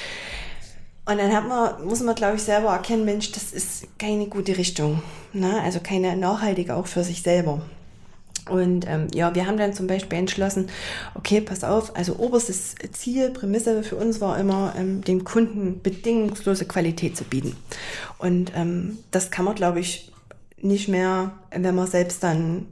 Und dann hat man, muss man, glaube ich, selber erkennen, Mensch, das ist keine gute Richtung, ne? Also keine nachhaltige auch für sich selber. Und ähm, ja, wir haben dann zum Beispiel entschlossen, okay, pass auf, also oberstes Ziel, Prämisse für uns war immer, ähm, dem Kunden bedingungslose Qualität zu bieten. Und ähm, das kann man, glaube ich, nicht mehr, wenn man selbst dann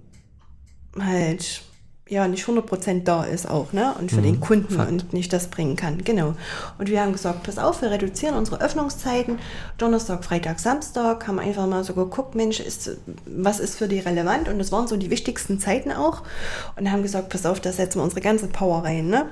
halt... ja, nicht hundert Prozent da ist auch, ne? Und für mhm, den Kunden Fakt. Und nicht das bringen kann. Genau. Und wir haben gesagt, pass auf, wir reduzieren unsere Öffnungszeiten. Donnerstag, Freitag, Samstag, haben einfach mal so geguckt, Mensch, ist, was ist für die relevant? Und das waren so die wichtigsten Zeiten auch. Und haben gesagt, pass auf, da setzen wir unsere ganze Power rein, ne?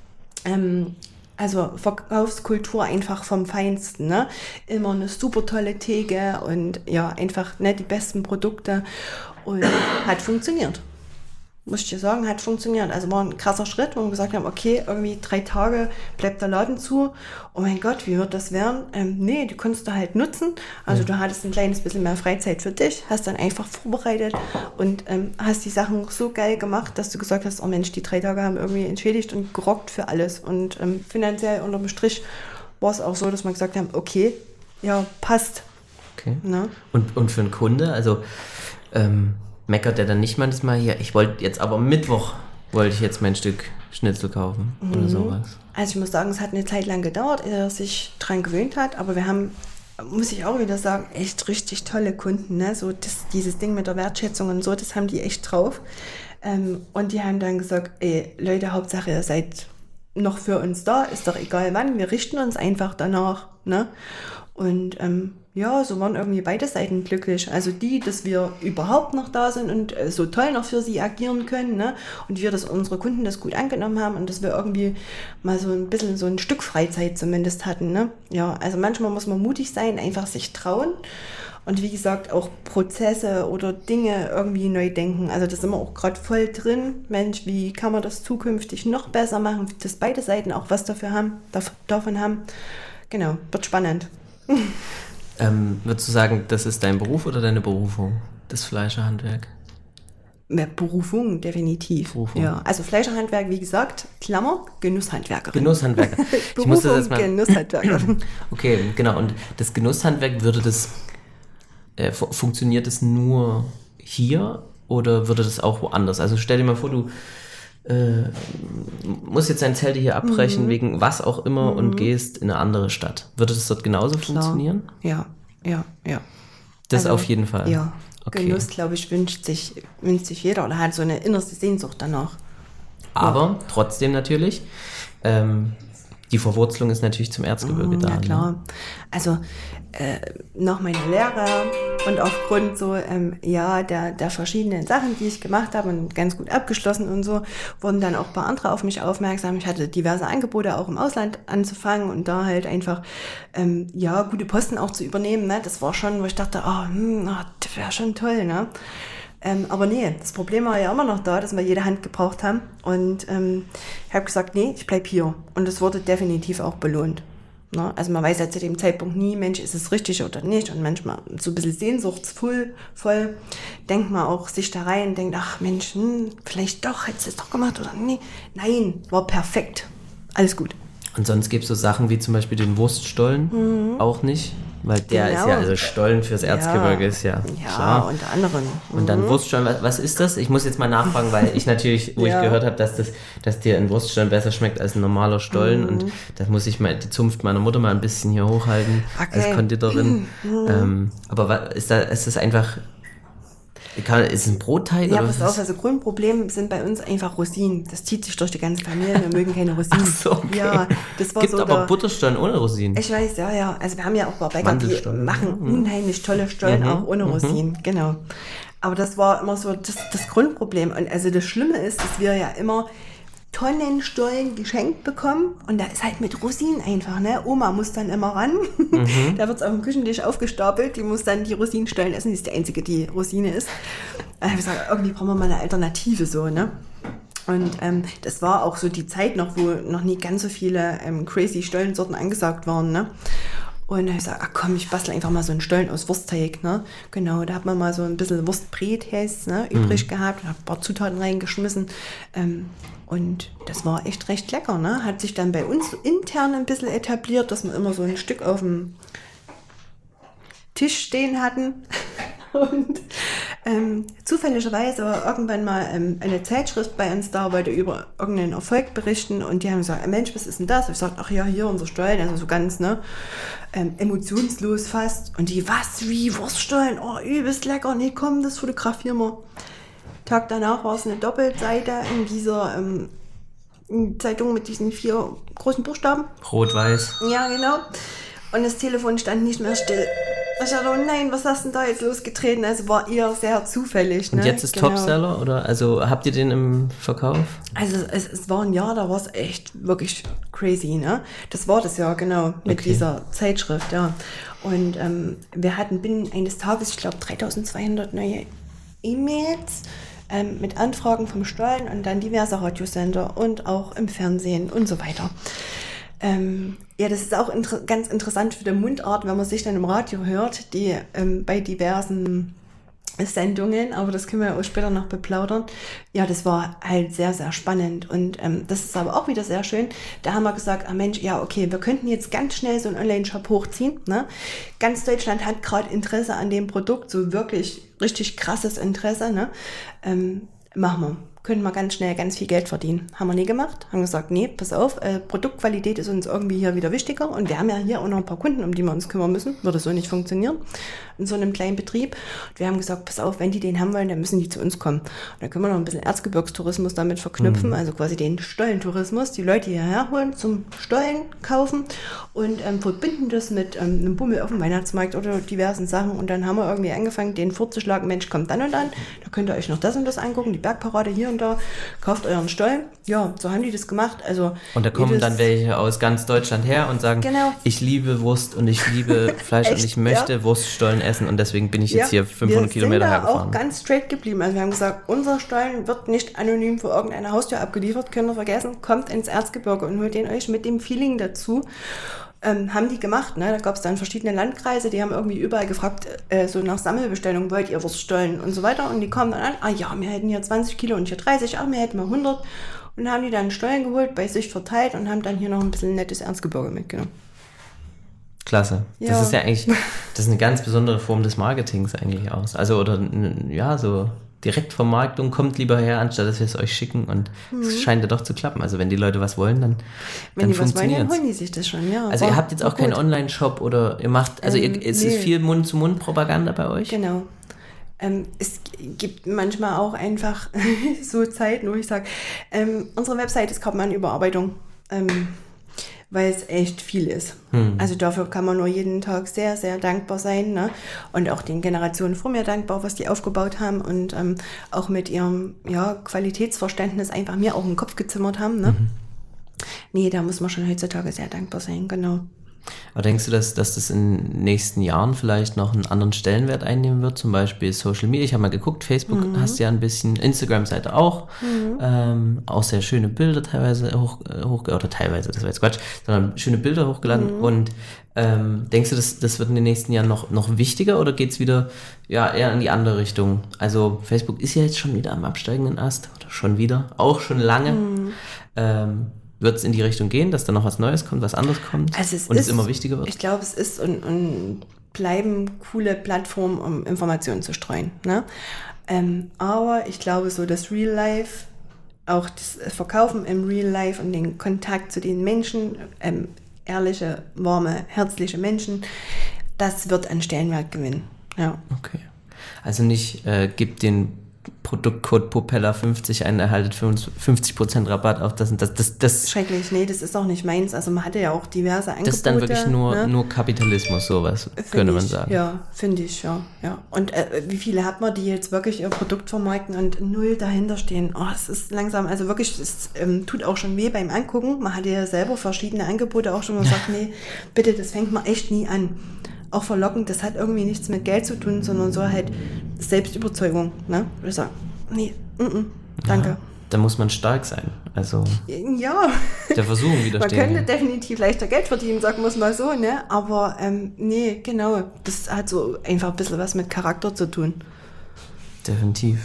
Ähm, Also Verkaufskultur einfach vom Feinsten, ne? Immer eine super tolle Theke und ja, einfach ne, die besten Produkte. Und hat funktioniert. Muss ich dir sagen, hat funktioniert. Also war ein krasser Schritt, wo wir gesagt haben, okay, irgendwie drei Tage bleibt der Laden zu. Oh mein Gott, wie wird das werden? Ähm, nee, die konntest du halt nutzen. Also ja. Du hattest ein kleines bisschen mehr Freizeit für dich, hast dann einfach vorbereitet und ähm, hast die Sachen so geil gemacht, dass du gesagt hast, oh Mensch, die drei Tage haben irgendwie entschädigt und gerockt für alles. Und ähm, finanziell unterm Strich war es auch so, dass wir gesagt haben, okay, ja, passt. Okay. Na? Und, und für einen Kunde, also ähm meckert der dann nicht manchmal hier, ich wollte jetzt aber am Mittwoch, wollte ich jetzt mein Stück Schnitzel kaufen mhm. oder sowas? Also ich muss sagen, es hat eine Zeit lang gedauert, ehe er sich dran gewöhnt hat, aber wir haben, muss ich auch wieder sagen, echt richtig tolle Kunden, ne? So das, dieses Ding mit der Wertschätzung und so, das haben die echt drauf. Ähm, und die haben dann gesagt, ey Leute, Hauptsache ihr seid noch für uns da, ist doch egal wann, wir richten uns einfach danach, ne? Und ähm, ja, so waren irgendwie beide Seiten glücklich. Also die, dass wir überhaupt noch da sind und äh, so toll noch für sie agieren können, ne? Und wir, dass unsere Kunden das gut angenommen haben und dass wir irgendwie mal so ein bisschen so ein Stück Freizeit zumindest hatten, ne? Ja, also manchmal muss man mutig sein, einfach sich trauen und wie gesagt auch Prozesse oder Dinge irgendwie neu denken. Also das sind wir auch gerade voll drin. Mensch, wie kann man das zukünftig noch besser machen, dass beide Seiten auch was dafür haben, davon haben. Genau, wird spannend. Ähm, würdest du sagen, das ist dein Beruf oder deine Berufung? das Fleischerhandwerk? Berufung, definitiv. Berufung. Ja, also Fleischerhandwerk, wie gesagt, Klammer, Genusshandwerkerin. Genusshandwerker. Ich musste das mal Genusshandwerkerin. Okay, genau. Und das Genusshandwerk, würde das, äh, fu- funktioniert das nur hier oder würde das auch woanders? Also stell dir mal vor, du äh, musst jetzt dein Zelt hier abbrechen, mhm. wegen was auch immer, mhm. und gehst in eine andere Stadt. Würde das dort genauso Klar. funktionieren? Ja, ja, ja. Das also, auf jeden Fall. Ja. Okay. Genuss, glaube ich, wünscht sich, wünscht sich jeder oder hat so eine innerste Sehnsucht danach. Aber ja. trotzdem natürlich, ähm, die Verwurzelung ist natürlich zum Erzgebirge mm, da. Ja, klar. Ne? Also äh, nach meiner Lehre und aufgrund so, ähm, ja, der, der verschiedenen Sachen, die ich gemacht habe und ganz gut abgeschlossen und so, wurden dann auch ein paar andere auf mich aufmerksam. Ich hatte diverse Angebote auch im Ausland anzufangen und da halt einfach, ähm, ja, gute Posten auch zu übernehmen. Ne? Das war schon, wo ich dachte, oh, hm, oh, das wäre schon toll, ne? Ähm, aber nee, das Problem war ja immer noch da, dass wir jede Hand gebraucht haben. Und ähm, ich habe gesagt, nee, ich bleib hier. Und es wurde definitiv auch belohnt. Ne? Also man weiß ja zu dem Zeitpunkt nie, Mensch, ist es richtig oder nicht. Und manchmal so ein bisschen sehnsuchtsvoll voll, denkt man auch sich da rein, denkt, ach Mensch, hm, vielleicht doch, hättest du es doch gemacht oder nee. Nein, war perfekt. Alles gut. Und sonst gibt es so Sachen wie zum Beispiel den Wurststollen mhm. auch nicht. Weil der genau. ist ja, also Stollen fürs Erzgebirge ja. ist ja, ja klar. unter anderem. Mhm. Und dann Wurststollen, was, was ist das? Ich muss jetzt mal nachfragen, weil ich natürlich, wo ja. ich gehört habe, dass, das, dass dir ein Wurststollen besser schmeckt als ein normaler Stollen. Mhm. Und das muss ich mal, die Zunft meiner Mutter mal ein bisschen hier hochhalten, okay. als Konditorin. Mhm. Ähm, aber was, ist, da, ist das einfach... Kann, ist es ein Brotteig? Ja, oder pass auf, also Grundproblem sind bei uns einfach Rosinen. Das zieht sich durch die ganze Familie, wir mögen keine Rosinen. Ach so, okay. Ja, das war Gibt so aber der, Butterstollen ohne Rosinen. Ich weiß, ja, ja. Also wir haben ja auch paar Bäcker, die machen unheimlich tolle Stollen, mhm. auch ohne Rosinen, mhm. genau. Aber das war immer so das, das Grundproblem. Und also das Schlimme ist, dass wir ja immer Tonnenstollen geschenkt bekommen und da ist halt mit Rosinen einfach, ne? Oma muss dann immer ran, mhm. da wird es auf dem Küchentisch aufgestapelt, die muss dann die Rosinenstollen essen, die ist die einzige, die Rosine ist. Da habe ich gesagt, irgendwie brauchen wir mal eine Alternative so, ne? Und ähm, das war auch so die Zeit noch, wo noch nie ganz so viele ähm, crazy Stollensorten angesagt waren, ne? Und dann habe ich gesagt, ach komm, ich bastel einfach mal so einen Stollen aus Wurstteig, ne? Genau, da hat man mal so ein bisschen Wurstbret, heißt, ne, übrig mhm. gehabt und hat ein paar Zutaten reingeschmissen. Ähm, und das war echt recht lecker, ne? Hat sich dann bei uns intern ein bisschen etabliert, dass wir immer so ein Stück auf dem Tisch stehen hatten. Und ähm, zufälligerweise war irgendwann mal ähm, eine Zeitschrift bei uns da, wollte über irgendeinen Erfolg berichten und die haben gesagt, Mensch, was ist denn das? Und ich sagte, ach ja, hier unser Stollen, also so ganz, ne, ähm, emotionslos fast. Und die, was, wie, Wurststollen? Oh, übelst lecker, nee, komm, das fotografieren wir. Tag danach war es eine Doppelseite in dieser ähm, Zeitung mit diesen vier großen Buchstaben. Rot-Weiß. Ja, genau. Und das Telefon stand nicht mehr still. Ich dachte, oh nein, was hast denn da jetzt losgetreten? Also war eher sehr zufällig. Ne? Und jetzt ist genau. Topseller, oder? Also habt ihr den im Verkauf? Also es, es war ein Jahr, da war es echt wirklich crazy, ne? Das war das Jahr, genau, mit okay. dieser Zeitschrift, ja. Und ähm, wir hatten binnen eines Tages, ich glaube, dreitausendzweihundert neue E-Mails ähm, mit Anfragen vom Stollen und dann diverse Radiosender und auch im Fernsehen und so weiter. Ähm, ja, das ist auch inter- ganz interessant für die Mundart, wenn man sich dann im Radio hört, die ähm, bei diversen Sendungen, aber das können wir auch später noch beplaudern. Ja, das war halt sehr, sehr spannend und ähm, das ist aber auch wieder sehr schön. Da haben wir gesagt, ah Mensch, ja okay, wir könnten jetzt ganz schnell so einen Online-Shop hochziehen. Ne? Ganz Deutschland hat gerade Interesse an dem Produkt, so wirklich richtig krasses Interesse. Ne? Ähm, machen wir. Können wir ganz schnell ganz viel Geld verdienen. Haben wir nie gemacht. Haben gesagt, nee, pass auf, äh, Produktqualität ist uns irgendwie hier wieder wichtiger und wir haben ja hier auch noch ein paar Kunden, um die wir uns kümmern müssen. Würde so nicht funktionieren in so einem kleinen Betrieb. Und wir haben gesagt, pass auf, wenn die den haben wollen, dann müssen die zu uns kommen. Und dann können wir noch ein bisschen Erzgebirgstourismus damit verknüpfen, mhm. also quasi den Stollentourismus, die Leute hierher holen, zum Stollen kaufen und ähm, verbinden das mit ähm, einem Bummel auf dem Weihnachtsmarkt oder diversen Sachen. Und dann haben wir irgendwie angefangen, den vorzuschlagen, Mensch, kommt dann und dann, da könnt ihr euch noch das und das angucken, die Bergparade hier und da, kauft euren Stollen. Ja, so haben die das gemacht. Also und da kommen dann welche aus ganz Deutschland her und sagen, genau. ich liebe Wurst und ich liebe Fleisch und ich möchte ja. Wurststollen essen und deswegen bin ich jetzt ja, hier fünfhundert Kilometer hergefahren. Wir sind da auch ganz straight geblieben. Also wir haben gesagt, unser Stollen wird nicht anonym vor irgendeiner Haustür abgeliefert, könnt ihr vergessen, kommt ins Erzgebirge und holt den euch mit dem Feeling dazu. Ähm, haben die gemacht, ne? Da gab es dann verschiedene Landkreise, die haben irgendwie überall gefragt, äh, so nach Sammelbestellung, wollt ihr Wurststollen und so weiter. Und die kommen dann an, ah ja, wir hätten hier zwanzig Kilo und hier dreißig, ach, wir hätten mal hundert. Und haben die dann Stollen geholt, bei sich verteilt und haben dann hier noch ein bisschen nettes Erzgebirge mitgenommen. Klasse. Ja. Das ist ja eigentlich, das ist eine ganz besondere Form des Marketings eigentlich aus. Also, oder, ja, so Direktvermarktung, kommt lieber her, anstatt dass wir es euch schicken, und mhm. es scheint ja doch zu klappen. Also wenn die Leute was wollen, dann Wenn dann die was wollen, dann funktioniert's. holen die sich das schon, ja. Also War- ihr habt jetzt auch war keinen gut. Online-Shop oder ihr macht, also Ähm, ihr, es nee. ist viel Mund-zu-Mund-Propaganda bei euch? Genau. Ähm, es gibt manchmal auch einfach so Zeiten, wo ich sage, ähm, unsere Website ist gerade mal in Überarbeitung, ähm, weil es echt viel ist. Hm. Also dafür kann man nur jeden Tag sehr, sehr dankbar sein, ne? Und auch den Generationen vor mir dankbar, was die aufgebaut haben und ähm, auch mit ihrem ja, Qualitätsverständnis einfach mir auch im Kopf gezimmert haben. Ne? Mhm. Nee, da muss man schon heutzutage sehr dankbar sein, genau. Aber denkst du, dass, dass das in den nächsten Jahren vielleicht noch einen anderen Stellenwert einnehmen wird? Zum Beispiel Social Media. Ich habe mal geguckt, Facebook Mhm. hast du ja ein bisschen, Instagram-Seite auch. Mhm. Ähm, auch sehr schöne Bilder teilweise hoch, äh, hoch oder teilweise, das war jetzt Quatsch, sondern schöne Bilder hochgeladen. Mhm. Und ähm, denkst du, das, das wird in den nächsten Jahren noch, noch wichtiger oder geht es wieder ja, eher in die andere Richtung? Also Facebook ist ja jetzt schon wieder am absteigenden Ast. Oder schon wieder, auch schon lange. Mhm. Ähm, wird es in die Richtung gehen, dass da noch was Neues kommt, was anderes kommt Also es und ist, es immer wichtiger wird? Ich glaube, es ist und, und bleiben coole Plattformen, um Informationen zu streuen. Ne? Ähm, aber ich glaube, so das Real Life, auch das Verkaufen im Real Life und den Kontakt zu den Menschen, ähm, ehrliche, warme, herzliche Menschen, das wird an Stellenwert gewinnen. Ja. Okay. Also nicht, äh, gibt den Produktcode Propeller fünfzig ein, erhaltet fünfzig Prozent Rabatt auf das und das. Das, das, Schrecklich, nee, das ist auch nicht meins. Also man hatte ja auch diverse Angebote. das ist dann wirklich nur, ne? nur Kapitalismus, sowas, Find könnte man ich, sagen. Ja, finde ich, ja. ja. Und äh, wie viele hat man, die jetzt wirklich ihr Produkt vermarkten und null dahinter stehen? Oh, es ist langsam, also wirklich, es ähm, tut auch schon weh beim Angucken. Man hatte ja selber verschiedene Angebote auch schon gesagt, nee, bitte, das fängt man echt nie an. Auch verlockend, das hat irgendwie nichts mit Geld zu tun, sondern so halt Selbstüberzeugung. Ne? Ich sage, nee, mm, mm, danke. Ja, da muss man stark sein. Also Ja, der Versuchung man widerstehen. könnte definitiv leichter Geld verdienen, sagen wir es mal so, ne? Aber ähm, nee, genau, das hat so einfach ein bisschen was mit Charakter zu tun. Definitiv.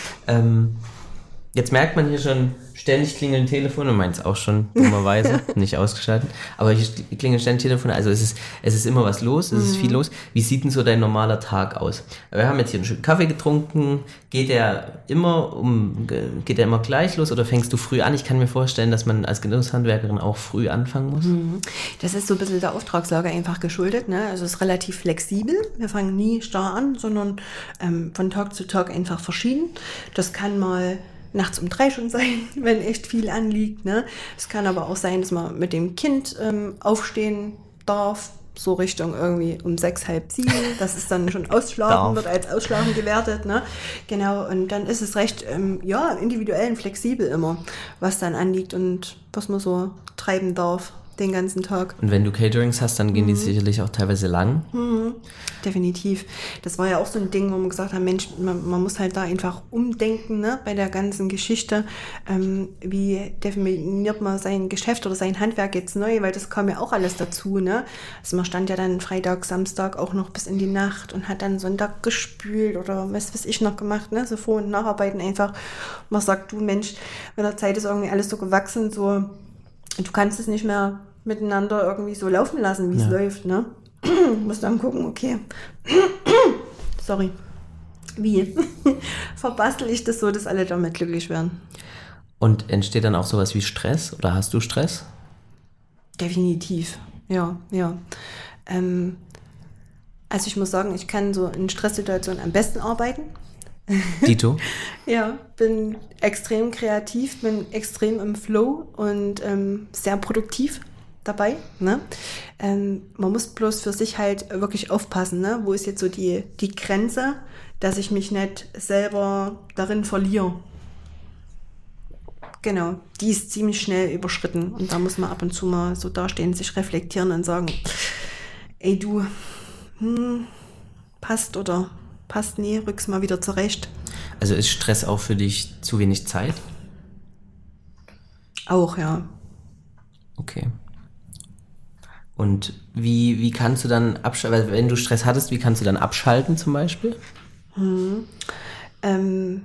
Ähm, jetzt merkt man hier schon, ständig klingeln Telefone, meins auch schon dummerweise, nicht ausgeschaltet, aber hier klingeln ständig Telefone, also es ist, es ist immer was los, es ist viel los. Wie sieht denn so dein normaler Tag aus? Wir haben jetzt hier einen schönen Kaffee getrunken, geht der immer um, geht der immer gleich los oder fängst du früh an? Ich kann mir vorstellen, dass man als Genusshandwerkerin auch früh anfangen muss. Das ist so ein bisschen der Auftragslage einfach geschuldet, ne? Also es ist relativ flexibel, wir fangen nie starr an, sondern ähm, von Tag zu Tag einfach verschieden. Das kann mal nachts um drei schon sein, wenn echt viel anliegt. Ne? Es kann aber auch sein, dass man mit dem Kind ähm, aufstehen darf, so Richtung irgendwie um sechs, halb sieben. Das ist dann schon Ausschlafen, wird als Ausschlafen gewertet. Ne? Genau, und dann ist es recht ähm, ja, individuell und flexibel immer, was dann anliegt und was man so treiben darf den ganzen Tag. Und wenn du Caterings hast, dann gehen Mhm. die sicherlich auch teilweise lang. Mhm. Definitiv. Das war ja auch so ein Ding, wo man gesagt hat, Mensch, man, man muss halt da einfach umdenken, ne, bei der ganzen Geschichte. Ähm, wie definiert man sein Geschäft oder sein Handwerk jetzt neu, weil das kam ja auch alles dazu, ne. Also man stand ja dann Freitag, Samstag auch noch bis in die Nacht und hat dann Sonntag gespült oder was weiß ich noch gemacht, ne, so Vor- und Nacharbeiten einfach. Man sagt, du Mensch, mit der Zeit ist irgendwie alles so gewachsen, so, du kannst es nicht mehr miteinander irgendwie so laufen lassen, wie es Ja. läuft, ne? Muss dann gucken, okay. Sorry. Wie? Verbastel ich das so, dass alle damit glücklich werden? Und entsteht dann auch sowas wie Stress oder hast du Stress? Definitiv, ja, ja. Ähm, also ich muss sagen, ich kann so in Stresssituationen am besten arbeiten. Dito? Ja, bin extrem kreativ, bin extrem im Flow und ähm, sehr produktiv dabei. Ne? Ähm, man muss bloß für sich halt wirklich aufpassen, ne? Wo ist jetzt so die, die Grenze, dass ich mich nicht selber darin verliere. Genau, die ist ziemlich schnell überschritten und da muss man ab und zu mal so dastehen, sich reflektieren und sagen, ey du, hm, passt oder passt nie, rück's mal wieder zurecht. Also ist Stress auch für dich zu wenig Zeit? Auch, ja. Okay. Und wie, wie kannst du dann abschalten, wenn du Stress hattest, wie kannst du dann abschalten zum Beispiel? Hm. Ähm,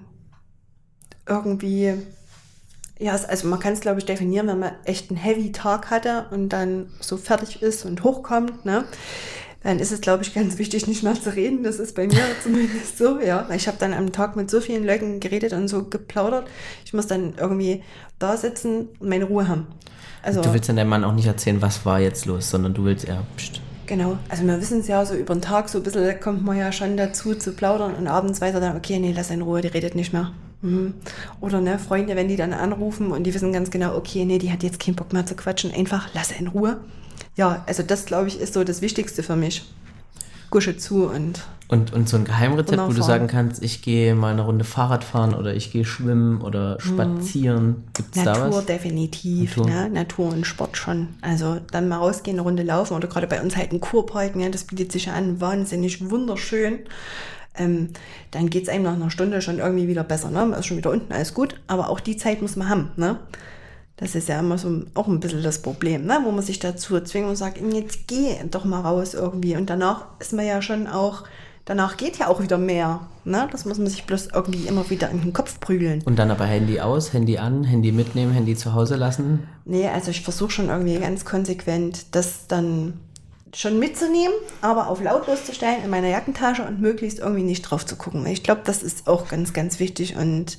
irgendwie, ja, also man kann es, glaube ich, definieren, wenn man echt einen Heavy-Tag hatte und dann so fertig ist und hochkommt, ne? Dann ist es, glaube ich, ganz wichtig, nicht mehr zu reden. Das ist bei mir zumindest so, ja. Ich habe dann am Tag mit so vielen Leuten geredet und so geplaudert. Ich muss dann irgendwie da sitzen und meine Ruhe haben. Also, du willst dann deinem Mann auch nicht erzählen, was war jetzt los, sondern du willst eher... Pst. Genau, also wir wissen es ja so über den Tag, so ein bisschen kommt man ja schon dazu zu plaudern und abends weiß er dann, okay, nee, lass in Ruhe, die redet nicht mehr. Mhm. Oder ne, Freunde, wenn die dann anrufen und die wissen ganz genau, okay, nee, die hat jetzt keinen Bock mehr zu quatschen, einfach lass in Ruhe. Ja, also das, glaube ich, ist so das Wichtigste für mich. Gusche zu und... Und, und so ein Geheimrezept, wo du sagen kannst, ich gehe mal eine Runde Fahrrad fahren oder ich gehe schwimmen oder spazieren. Gibt es da was? Natur definitiv, Natur. Ne? Natur und Sport schon. Also dann mal rausgehen, eine Runde laufen oder gerade bei uns halt ein Kurpark, ne? Das bietet sich an, wahnsinnig wunderschön. Ähm, dann geht es einem nach einer Stunde schon irgendwie wieder besser. Ne? Man ist schon wieder unten, alles gut. Aber auch die Zeit muss man haben, ne? Das ist ja immer so auch ein bisschen das Problem, ne? Wo man sich dazu zwingt und sagt, jetzt geh doch mal raus irgendwie. Und danach ist man ja schon auch, danach geht ja auch wieder mehr. Ne? Das muss man sich bloß irgendwie immer wieder in den Kopf prügeln. Und dann aber Handy aus, Handy an, Handy mitnehmen, Handy zu Hause lassen? Nee, also ich versuche schon irgendwie ganz konsequent, das dann schon mitzunehmen, aber auf lautlos zu stellen in meiner Jackentasche und möglichst irgendwie nicht drauf zu gucken. Ich glaube, das ist auch ganz, ganz wichtig und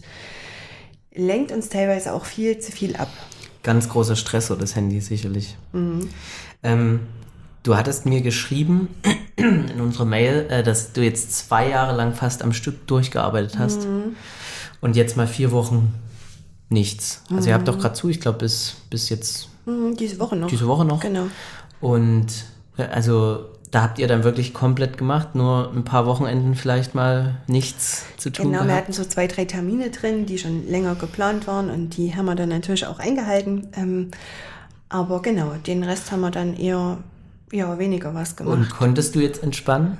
lenkt uns teilweise auch viel zu viel ab. Ganz großer Stress, so das Handy sicherlich. Mhm. Ähm, du hattest mir geschrieben in unserer Mail, äh, dass du jetzt zwei Jahre lang fast am Stück durchgearbeitet hast Mhm. und jetzt mal vier Wochen nichts. Also ihr habt doch gerade zu, ich glaube bis, bis jetzt... Mhm, diese Woche noch. Diese Woche noch. Genau. Und also... Da habt ihr dann wirklich komplett gemacht, nur ein paar Wochenenden vielleicht mal nichts zu tun Genau, gehabt? wir hatten so zwei, drei Termine drin, die schon länger geplant waren und die haben wir dann natürlich auch eingehalten. Ähm, aber genau, den Rest haben wir dann eher, eher weniger was gemacht. Und konntest du jetzt entspannen?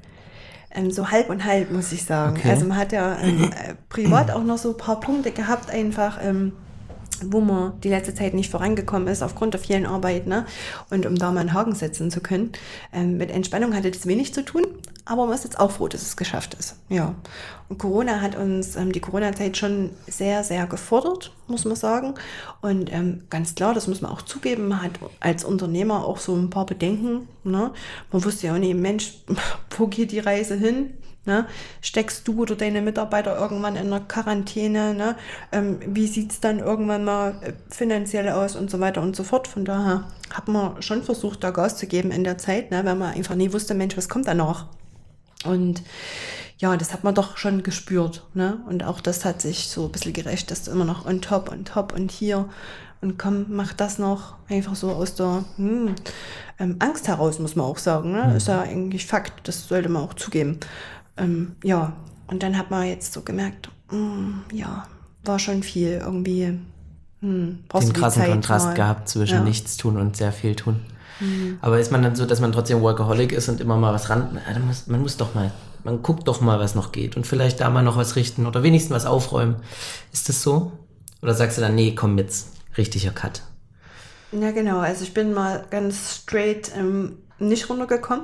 Ähm, so halb und halb, muss ich sagen. Okay. Also man hat ja ähm, äh, privat auch noch so ein paar Punkte gehabt, einfach... Ähm, wo man die letzte Zeit nicht vorangekommen ist, aufgrund der vielen Arbeit, ne? Und um da mal einen Haken setzen zu können. Ähm, mit Entspannung hatte das wenig zu tun, aber man ist jetzt auch froh, dass es geschafft ist. Ja. Und Corona hat uns ähm, die Corona-Zeit schon sehr, sehr gefordert, muss man sagen. Und ähm, ganz klar, das muss man auch zugeben, man hat als Unternehmer auch so ein paar Bedenken, ne? Man wusste ja auch nicht, Mensch, wo geht die Reise hin? Ne? Steckst du oder deine Mitarbeiter irgendwann in einer Quarantäne? Ne? Ähm, wie sieht es dann irgendwann mal äh, finanziell aus und so weiter und so fort? Von daher hat man schon versucht, da Gas zu geben in der Zeit, ne? Weil man einfach nie wusste, Mensch, was kommt da noch? Und ja, das hat man doch schon gespürt. Ne? Und auch das hat sich so ein bisschen gerecht, dass du immer noch on top, on top und hier und komm, mach das noch. Einfach so aus der hm, ähm, Angst heraus, muss man auch sagen. Ne? Mhm. Ist ja eigentlich Fakt, das sollte man auch zugeben. Ähm, ja, und dann hat man jetzt so gemerkt, mh, ja, war schon viel irgendwie. Mh, Den krassen Zeit Kontrast mal. gehabt zwischen Ja. nichts tun und sehr viel tun. Mhm. Aber ist man dann so, dass man trotzdem Workaholic ist und immer mal was ran... Na, dann muss, man muss doch mal, man guckt doch mal, was noch geht und vielleicht da mal noch was richten oder wenigstens was aufräumen. Ist das so? Oder sagst du dann, nee, komm jetzt, richtiger Cut? Ja, genau. Also ich bin mal ganz straight ähm, nicht runtergekommen.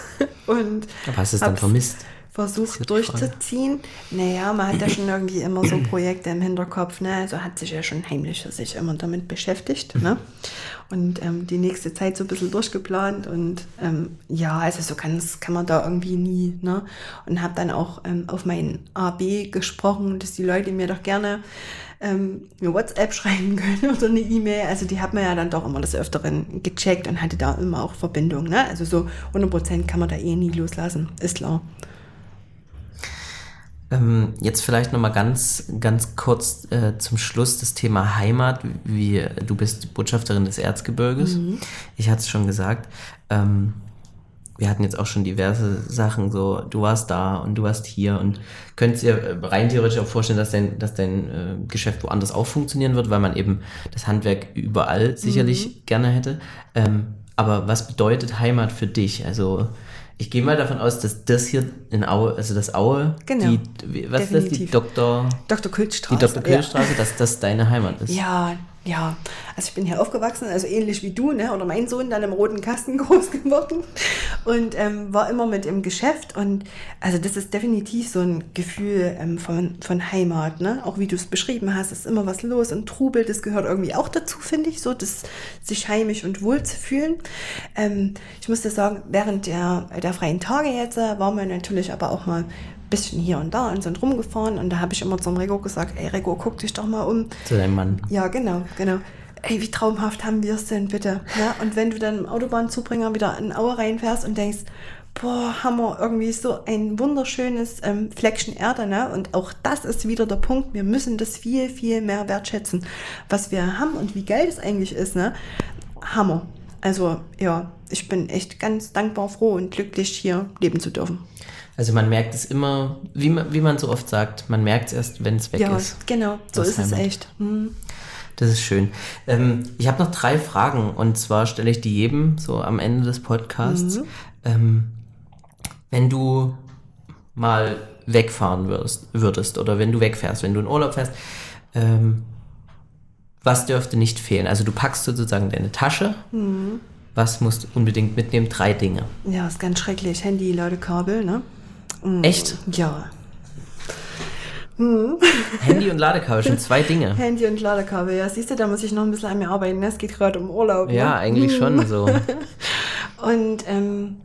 und Aber hast du es dann hab's vermisst? versucht durchzuziehen. Naja, man hat ja schon irgendwie immer so Projekte im Hinterkopf, ne? Also hat sich ja schon heimlich für sich immer damit beschäftigt, ne? Und ähm, die nächste Zeit so ein bisschen durchgeplant und ähm, ja, also so ganz kann man da irgendwie nie, ne? Und habe dann auch ähm, auf mein A B gesprochen, dass die Leute mir doch gerne ähm, eine WhatsApp schreiben können oder eine E-Mail. Also die hat man ja dann doch immer des Öfteren gecheckt und hatte da immer auch Verbindung, ne? Also so hundert Prozent kann man da eh nie loslassen, ist klar. Ähm, jetzt vielleicht nochmal ganz, ganz kurz äh, zum Schluss das Thema Heimat. Wie, du bist Botschafterin des Erzgebirges. Mhm. Ich hatte es schon gesagt. Ähm, wir hatten jetzt auch schon diverse Sachen, so du warst da und du warst hier und könntest dir rein theoretisch auch vorstellen, dass dein, dass dein äh, Geschäft woanders auch funktionieren wird, weil man eben das Handwerk überall sicherlich mhm. gerne hätte. Ähm, aber was bedeutet Heimat für dich? Also ich gehe mal davon aus, dass das hier in Aue, also das Aue, genau, die, was definitiv. Ist das, die Doktor... Doktor Kültstraße. Die Doktor Kültstraße, ja. Dass das deine Heimat ist. Ja, Ja, also ich bin hier aufgewachsen, also ähnlich wie du, ne? Oder mein Sohn, dann im Roten Kasten groß geworden und ähm, war immer mit im Geschäft und also das ist definitiv so ein Gefühl ähm, von, von Heimat, ne? Auch wie du es beschrieben hast, ist immer was los und Trubel, das gehört irgendwie auch dazu, finde ich, so das sich heimisch und wohl zu fühlen. Ähm, ich muss dir sagen, während der, der freien Tage jetzt äh, waren wir natürlich aber auch mal bisschen hier und da und sind rumgefahren und da habe ich immer zum Rego gesagt, ey Rego, guck dich doch mal um. Zu deinem Mann. Ja, genau, genau. Ey, wie traumhaft haben wir es denn bitte? Ja, und wenn du dann im Autobahnzubringer wieder in Aue reinfährst und denkst, boah, haben wir irgendwie so ein wunderschönes ähm, Fleckchen Erde, ne? Und auch das ist wieder der Punkt, wir müssen das viel, viel mehr wertschätzen, was wir haben und wie geil das eigentlich ist, ne? Hammer. Also, ja, ich bin echt ganz dankbar, froh und glücklich, hier leben zu dürfen. Also man merkt es immer, wie man, wie man so oft sagt, man merkt es erst, wenn es weg ja, ist. Ja, genau, so ist Heimat. Es echt. Hm. Das ist schön. Ähm, ich habe noch drei Fragen und zwar stelle ich die jedem so am Ende des Podcasts. Mhm. Ähm, wenn du mal wegfahren würdest, würdest oder wenn du wegfährst, wenn du in Urlaub fährst, ähm, was dürfte nicht fehlen? Also du packst sozusagen deine Tasche. Mhm. Was musst du unbedingt mitnehmen? Drei Dinge. Ja, ist ganz schrecklich. Handy, Ladekabel, ne? Mhm. Echt? Ja. Hm. Handy und Ladekabel, schon zwei Dinge. Handy und Ladekabel, ja. Siehst du, da muss ich noch ein bisschen an mir arbeiten. Es geht gerade um Urlaub. Ja, ne? eigentlich hm. schon so. Und ähm,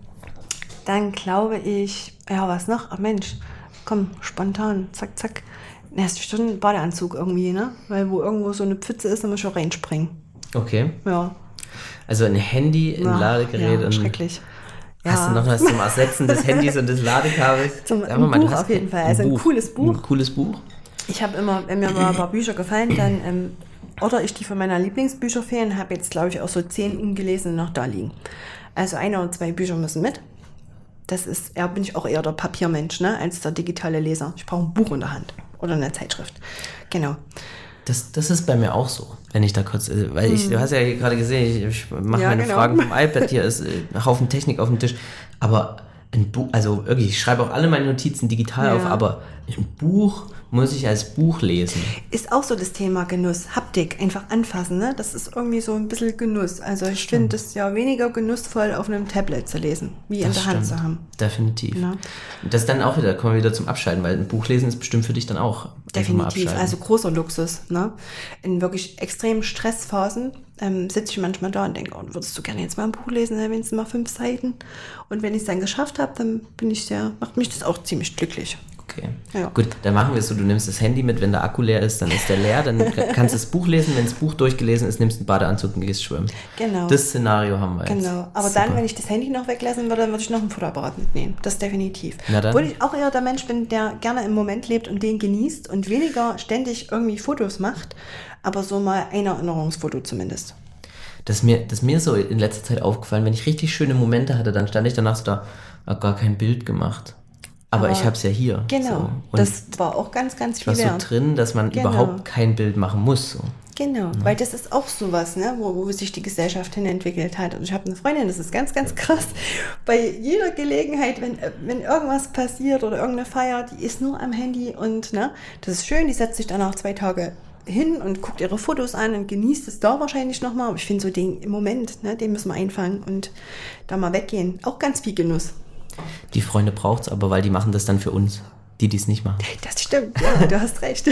dann glaube ich, ja, was noch? Ach Mensch, komm, spontan, zack, zack. Erst schon ein Badeanzug irgendwie, ne? Weil wo irgendwo so eine Pfütze ist, dann muss ich auch reinspringen. Okay. Ja. Also ein Handy, ein Ach, Ladegerät. Ja, und schrecklich. Hast ja. du noch was zum Ersetzen des Handys und des Ladekabels? Zum ein mal, Buch auf jeden Fall, also ein, ein cooles Buch. Ein cooles Buch. Ich habe immer, wenn mir mal ein paar Bücher gefallen, dann ähm, order ich die von meiner Lieblingsbücherferien, habe jetzt glaube ich auch so zehn ungelesene noch da liegen. Also eine oder zwei Bücher müssen mit. Das ist, ja, bin ich auch eher der Papiermensch, ne, als der digitale Leser. Ich brauche ein Buch in der Hand oder eine Zeitschrift. Genau. Das, das ist bei mir auch so, wenn ich da kurz, weil ich, hm. du hast ja gerade gesehen, ich, ich mache ja, meine genau. Fragen vom iPad, hier ist ein Haufen Technik auf dem Tisch, aber ein Buch, also wirklich, ich schreibe auch alle meine Notizen digital ja. auf, aber ein Buch muss ich als Buch lesen. Ist auch so das Thema Genuss, Haptik, einfach anfassen, ne? Das ist irgendwie so ein bisschen Genuss. Also ich finde es ja weniger genussvoll, auf einem Tablet zu lesen, wie das in der stimmt. Hand zu haben. Definitiv. Ja. Und das dann auch wieder, kommen wir wieder zum Abschalten, weil ein Buch lesen ist bestimmt für dich dann auch. Definitiv, also großer Luxus, ne? In wirklich extremen Stressphasen ähm, sitze ich manchmal da und denke, oh, würdest du gerne jetzt mal ein Buch lesen, wenigstens mal fünf Seiten. Und wenn ich es dann geschafft habe, dann bin ich sehr, macht mich das auch ziemlich glücklich. Okay, ja. Gut, dann machen wir es so, du nimmst das Handy mit, wenn der Akku leer ist, dann ist der leer, dann kannst du das Buch lesen, wenn das Buch durchgelesen ist, nimmst du einen Badeanzug und gehst schwimmen. Genau. Das Szenario haben wir jetzt. Genau, aber Super. Dann, wenn ich das Handy noch weglassen würde, dann würde ich noch einen Fotoapparat mitnehmen, das definitiv. Na dann. Obwohl ich auch eher der Mensch bin, der gerne im Moment lebt und den genießt und weniger ständig irgendwie Fotos macht, aber so mal ein Erinnerungsfoto zumindest. Das ist mir, das ist mir so in letzter Zeit aufgefallen, wenn ich richtig schöne Momente hatte, dann stand ich danach so da, hab gar kein Bild gemacht. Aber, Aber ich habe es ja hier. Genau, so. Und das war auch ganz, ganz viel wert. So drin, dass man genau. überhaupt kein Bild machen muss. So. Genau, ja. Weil das ist auch sowas, ne, wo, wo sich die Gesellschaft hin entwickelt hat. Und ich habe eine Freundin, das ist ganz, ganz krass. Bei jeder Gelegenheit, wenn, wenn irgendwas passiert oder irgendeine Feier, die ist nur am Handy und ne, das ist schön, die setzt sich dann auch zwei Tage hin und guckt ihre Fotos an und genießt es da wahrscheinlich nochmal. Aber ich finde so den im Moment, ne, den müssen wir einfangen und da mal weggehen. Auch ganz viel Genuss. Die Freunde braucht es aber, weil die machen das dann für uns, die die es nicht machen. Das stimmt, ja, du hast recht.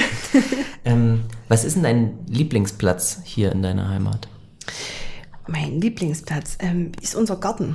ähm, was ist denn dein Lieblingsplatz hier in deiner Heimat? Mein Lieblingsplatz ähm, ist unser Garten.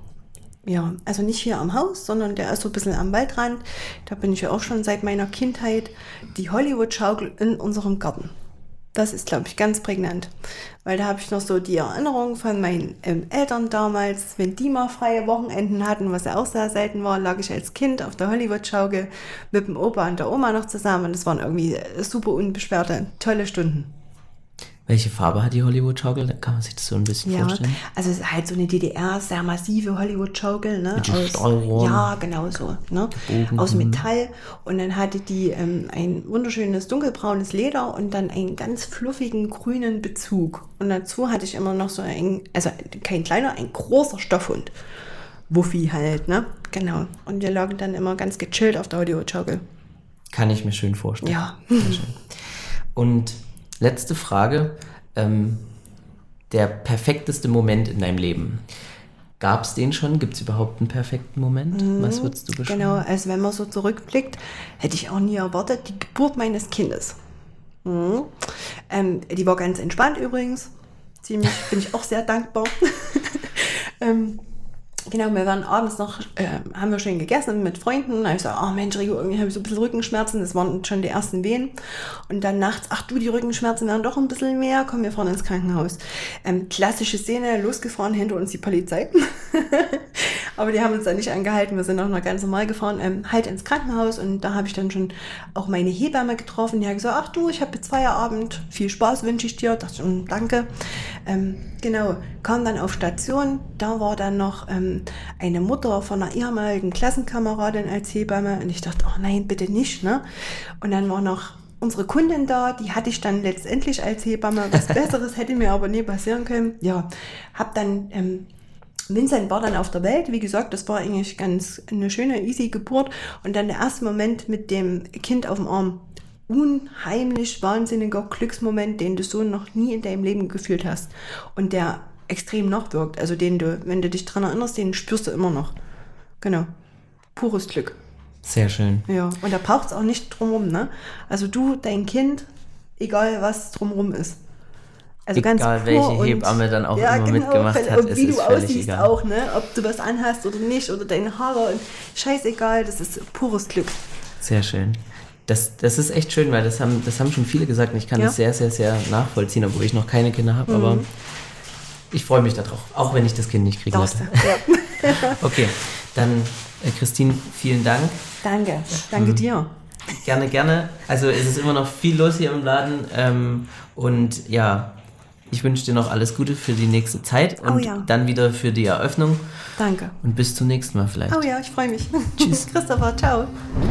Ja, also nicht hier am Haus, sondern der ist so ein bisschen am Waldrand. Da bin ich ja auch schon seit meiner Kindheit. Die Hollywood-Schaukel in unserem Garten. Das ist, glaube ich, ganz prägnant. Weil da habe ich noch so die Erinnerung von meinen ähm, Eltern damals, wenn die mal freie Wochenenden hatten, was ja auch sehr selten war, lag ich als Kind auf der Hollywood-Schaukel mit dem Opa und der Oma noch zusammen. Und das waren irgendwie super unbeschwerte, tolle Stunden. Welche Farbe hat die Hollywood-Schaukel? Da kann man sich das so ein bisschen ja, vorstellen. Also es ist halt so eine D D R, sehr massive Hollywood-Schaukel. Ne? Mit aus, Stahlrohren. Ja, genau so. Ne? Aus Metall. Und dann hatte die ähm, ein wunderschönes dunkelbraunes Leder und dann einen ganz fluffigen grünen Bezug. Und dazu hatte ich immer noch so ein, also kein kleiner, ein großer Stoffhund. Wuffi halt, ne? Genau. Und wir lagen dann immer ganz gechillt auf der Hollywood-Schaukel. Kann ich mir schön vorstellen. Ja. Sehr schön. Und letzte Frage. ähm, der perfekteste Moment in deinem Leben. Gab es den schon? Gibt es überhaupt einen perfekten Moment? Mhm, Was würdest du beschreiben? Genau, also wenn man so zurückblickt, hätte ich auch nie erwartet, die Geburt meines Kindes. Mhm. Ähm, die war ganz entspannt übrigens. Ziemlich, bin ich auch sehr dankbar. ähm, Genau, wir waren abends noch, äh, haben wir schön gegessen mit Freunden. Da habe ich gesagt, oh Mensch, Rico, irgendwie habe ich so ein bisschen Rückenschmerzen. Das waren schon die ersten Wehen. Und dann nachts, ach du, die Rückenschmerzen werden doch ein bisschen mehr. Komm, wir fahren ins Krankenhaus. Ähm, klassische Szene, losgefahren, hinter uns die Polizei. Aber die haben uns dann nicht angehalten. Wir sind auch noch ganz normal gefahren, ähm, halt ins Krankenhaus. Und da habe ich dann schon auch meine Hebamme getroffen. Die hat gesagt, ach du, ich habe jetzt Feierabend. Viel Spaß wünsche ich dir. Dachte ich, danke. Ähm, genau, kam dann auf Station. Da war dann noch ähm, eine Mutter von einer ehemaligen Klassenkameradin als Hebamme. Und ich dachte, oh nein, bitte nicht. Ne? Und dann war noch unsere Kundin da, die hatte ich dann letztendlich als Hebamme. Was Besseres hätte mir aber nie passieren können. Ja, hab dann... Ähm, Vincent war dann auf der Welt, wie gesagt, das war eigentlich ganz eine schöne, easy Geburt. Und dann der erste Moment mit dem Kind auf dem Arm. Unheimlich wahnsinniger Glücksmoment, den du so noch nie in deinem Leben gefühlt hast. Und der extrem nachwirkt. Also den du, wenn du dich dran erinnerst, den spürst du immer noch. Genau. Pures Glück. Sehr schön. Ja, und da braucht es auch nicht drumherum, ne? Also du, dein Kind, egal was drumherum ist. Also egal, ganz welche und, Hebamme dann auch ja, immer genau, mitgemacht hat, und ist wie es du völlig aussiehst egal. auch, ne? Ob du was anhast oder nicht, oder deine Haare. Und scheißegal, das ist pures Glück. Sehr schön. Das, das ist echt schön, weil das haben, das haben schon viele gesagt und ich kann Ja. das sehr, sehr, sehr nachvollziehen, obwohl ich noch keine Kinder habe, Mhm. aber ich freue mich darauf, auch wenn ich das Kind nicht kriegen Darfst werde. du. Ja. Okay, dann äh, Christine, vielen Dank. Danke, danke Mhm. dir. Gerne, gerne. Also es ist immer noch viel los hier im Laden ähm, und ja, ich wünsche dir noch alles Gute für die nächste Zeit und Oh ja. dann wieder für die Eröffnung Danke. und bis zum nächsten Mal vielleicht. Oh ja, ich freue mich. Tschüss. Christopher, ciao.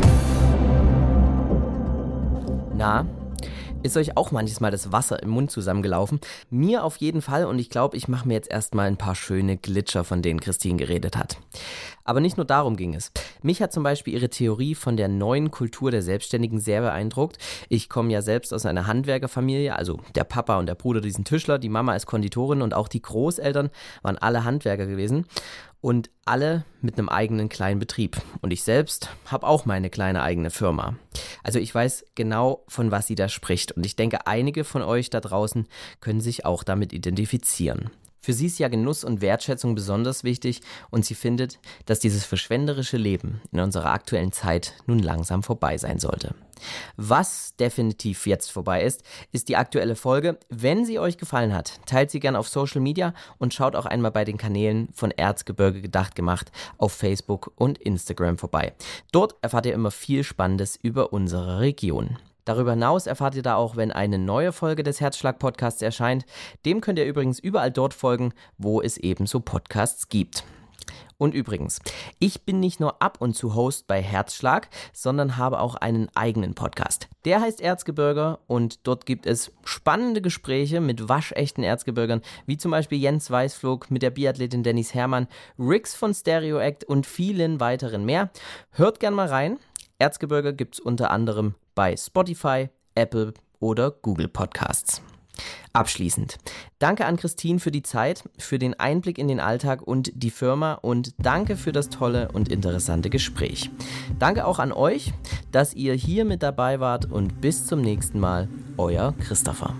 Na, ist euch auch manches Mal das Wasser im Mund zusammengelaufen? Mir auf jeden Fall und ich glaube, ich mache mir jetzt erstmal ein paar schöne Glitscher, von denen Christine geredet hat. Aber nicht nur darum ging es. Mich hat zum Beispiel ihre Theorie von der neuen Kultur der Selbstständigen sehr beeindruckt. Ich komme ja selbst aus einer Handwerkerfamilie, also der Papa und der Bruder, die sind Tischler, die Mama ist Konditorin und auch die Großeltern waren alle Handwerker gewesen. Und alle mit einem eigenen kleinen Betrieb. Und ich selbst habe auch meine kleine eigene Firma. Also ich weiß genau, von was sie da spricht. Und ich denke, einige von euch da draußen können sich auch damit identifizieren. Für sie ist ja Genuss und Wertschätzung besonders wichtig und sie findet, dass dieses verschwenderische Leben in unserer aktuellen Zeit nun langsam vorbei sein sollte. Was definitiv jetzt vorbei ist, ist die aktuelle Folge. Wenn sie euch gefallen hat, teilt sie gerne auf Social Media und schaut auch einmal bei den Kanälen von Erzgebirge gedacht gemacht auf Facebook und Instagram vorbei. Dort erfahrt ihr immer viel Spannendes über unsere Region. Darüber hinaus erfahrt ihr da auch, wenn eine neue Folge des Herzschlag-Podcasts erscheint. Dem könnt ihr übrigens überall dort folgen, wo es ebenso Podcasts gibt. Und übrigens, ich bin nicht nur ab und zu Host bei Herzschlag, sondern habe auch einen eigenen Podcast. Der heißt Erzgebirger und dort gibt es spannende Gespräche mit waschechten Erzgebirgern, wie zum Beispiel Jens Weißflog mit der Biathletin Dennis Herrmann, Rix von Stereo Act und vielen weiteren mehr. Hört gern mal rein. Erzgebirge gibt es unter anderem bei Spotify, Apple oder Google Podcasts. Abschließend, danke an Christine für die Zeit, für den Einblick in den Alltag und die Firma und danke für das tolle und interessante Gespräch. Danke auch an euch, dass ihr hier mit dabei wart und bis zum nächsten Mal, euer Christopher.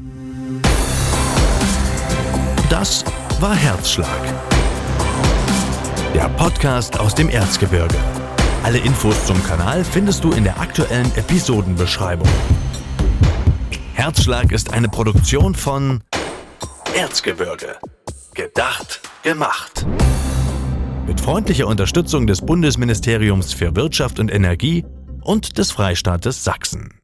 Das war Herzschlag. Der Podcast aus dem Erzgebirge. Alle Infos zum Kanal findest du in der aktuellen Episodenbeschreibung. Herzschlag ist eine Produktion von Erzgebirge. Gedacht, gemacht. Mit freundlicher Unterstützung des Bundesministeriums für Wirtschaft und Energie und des Freistaates Sachsen.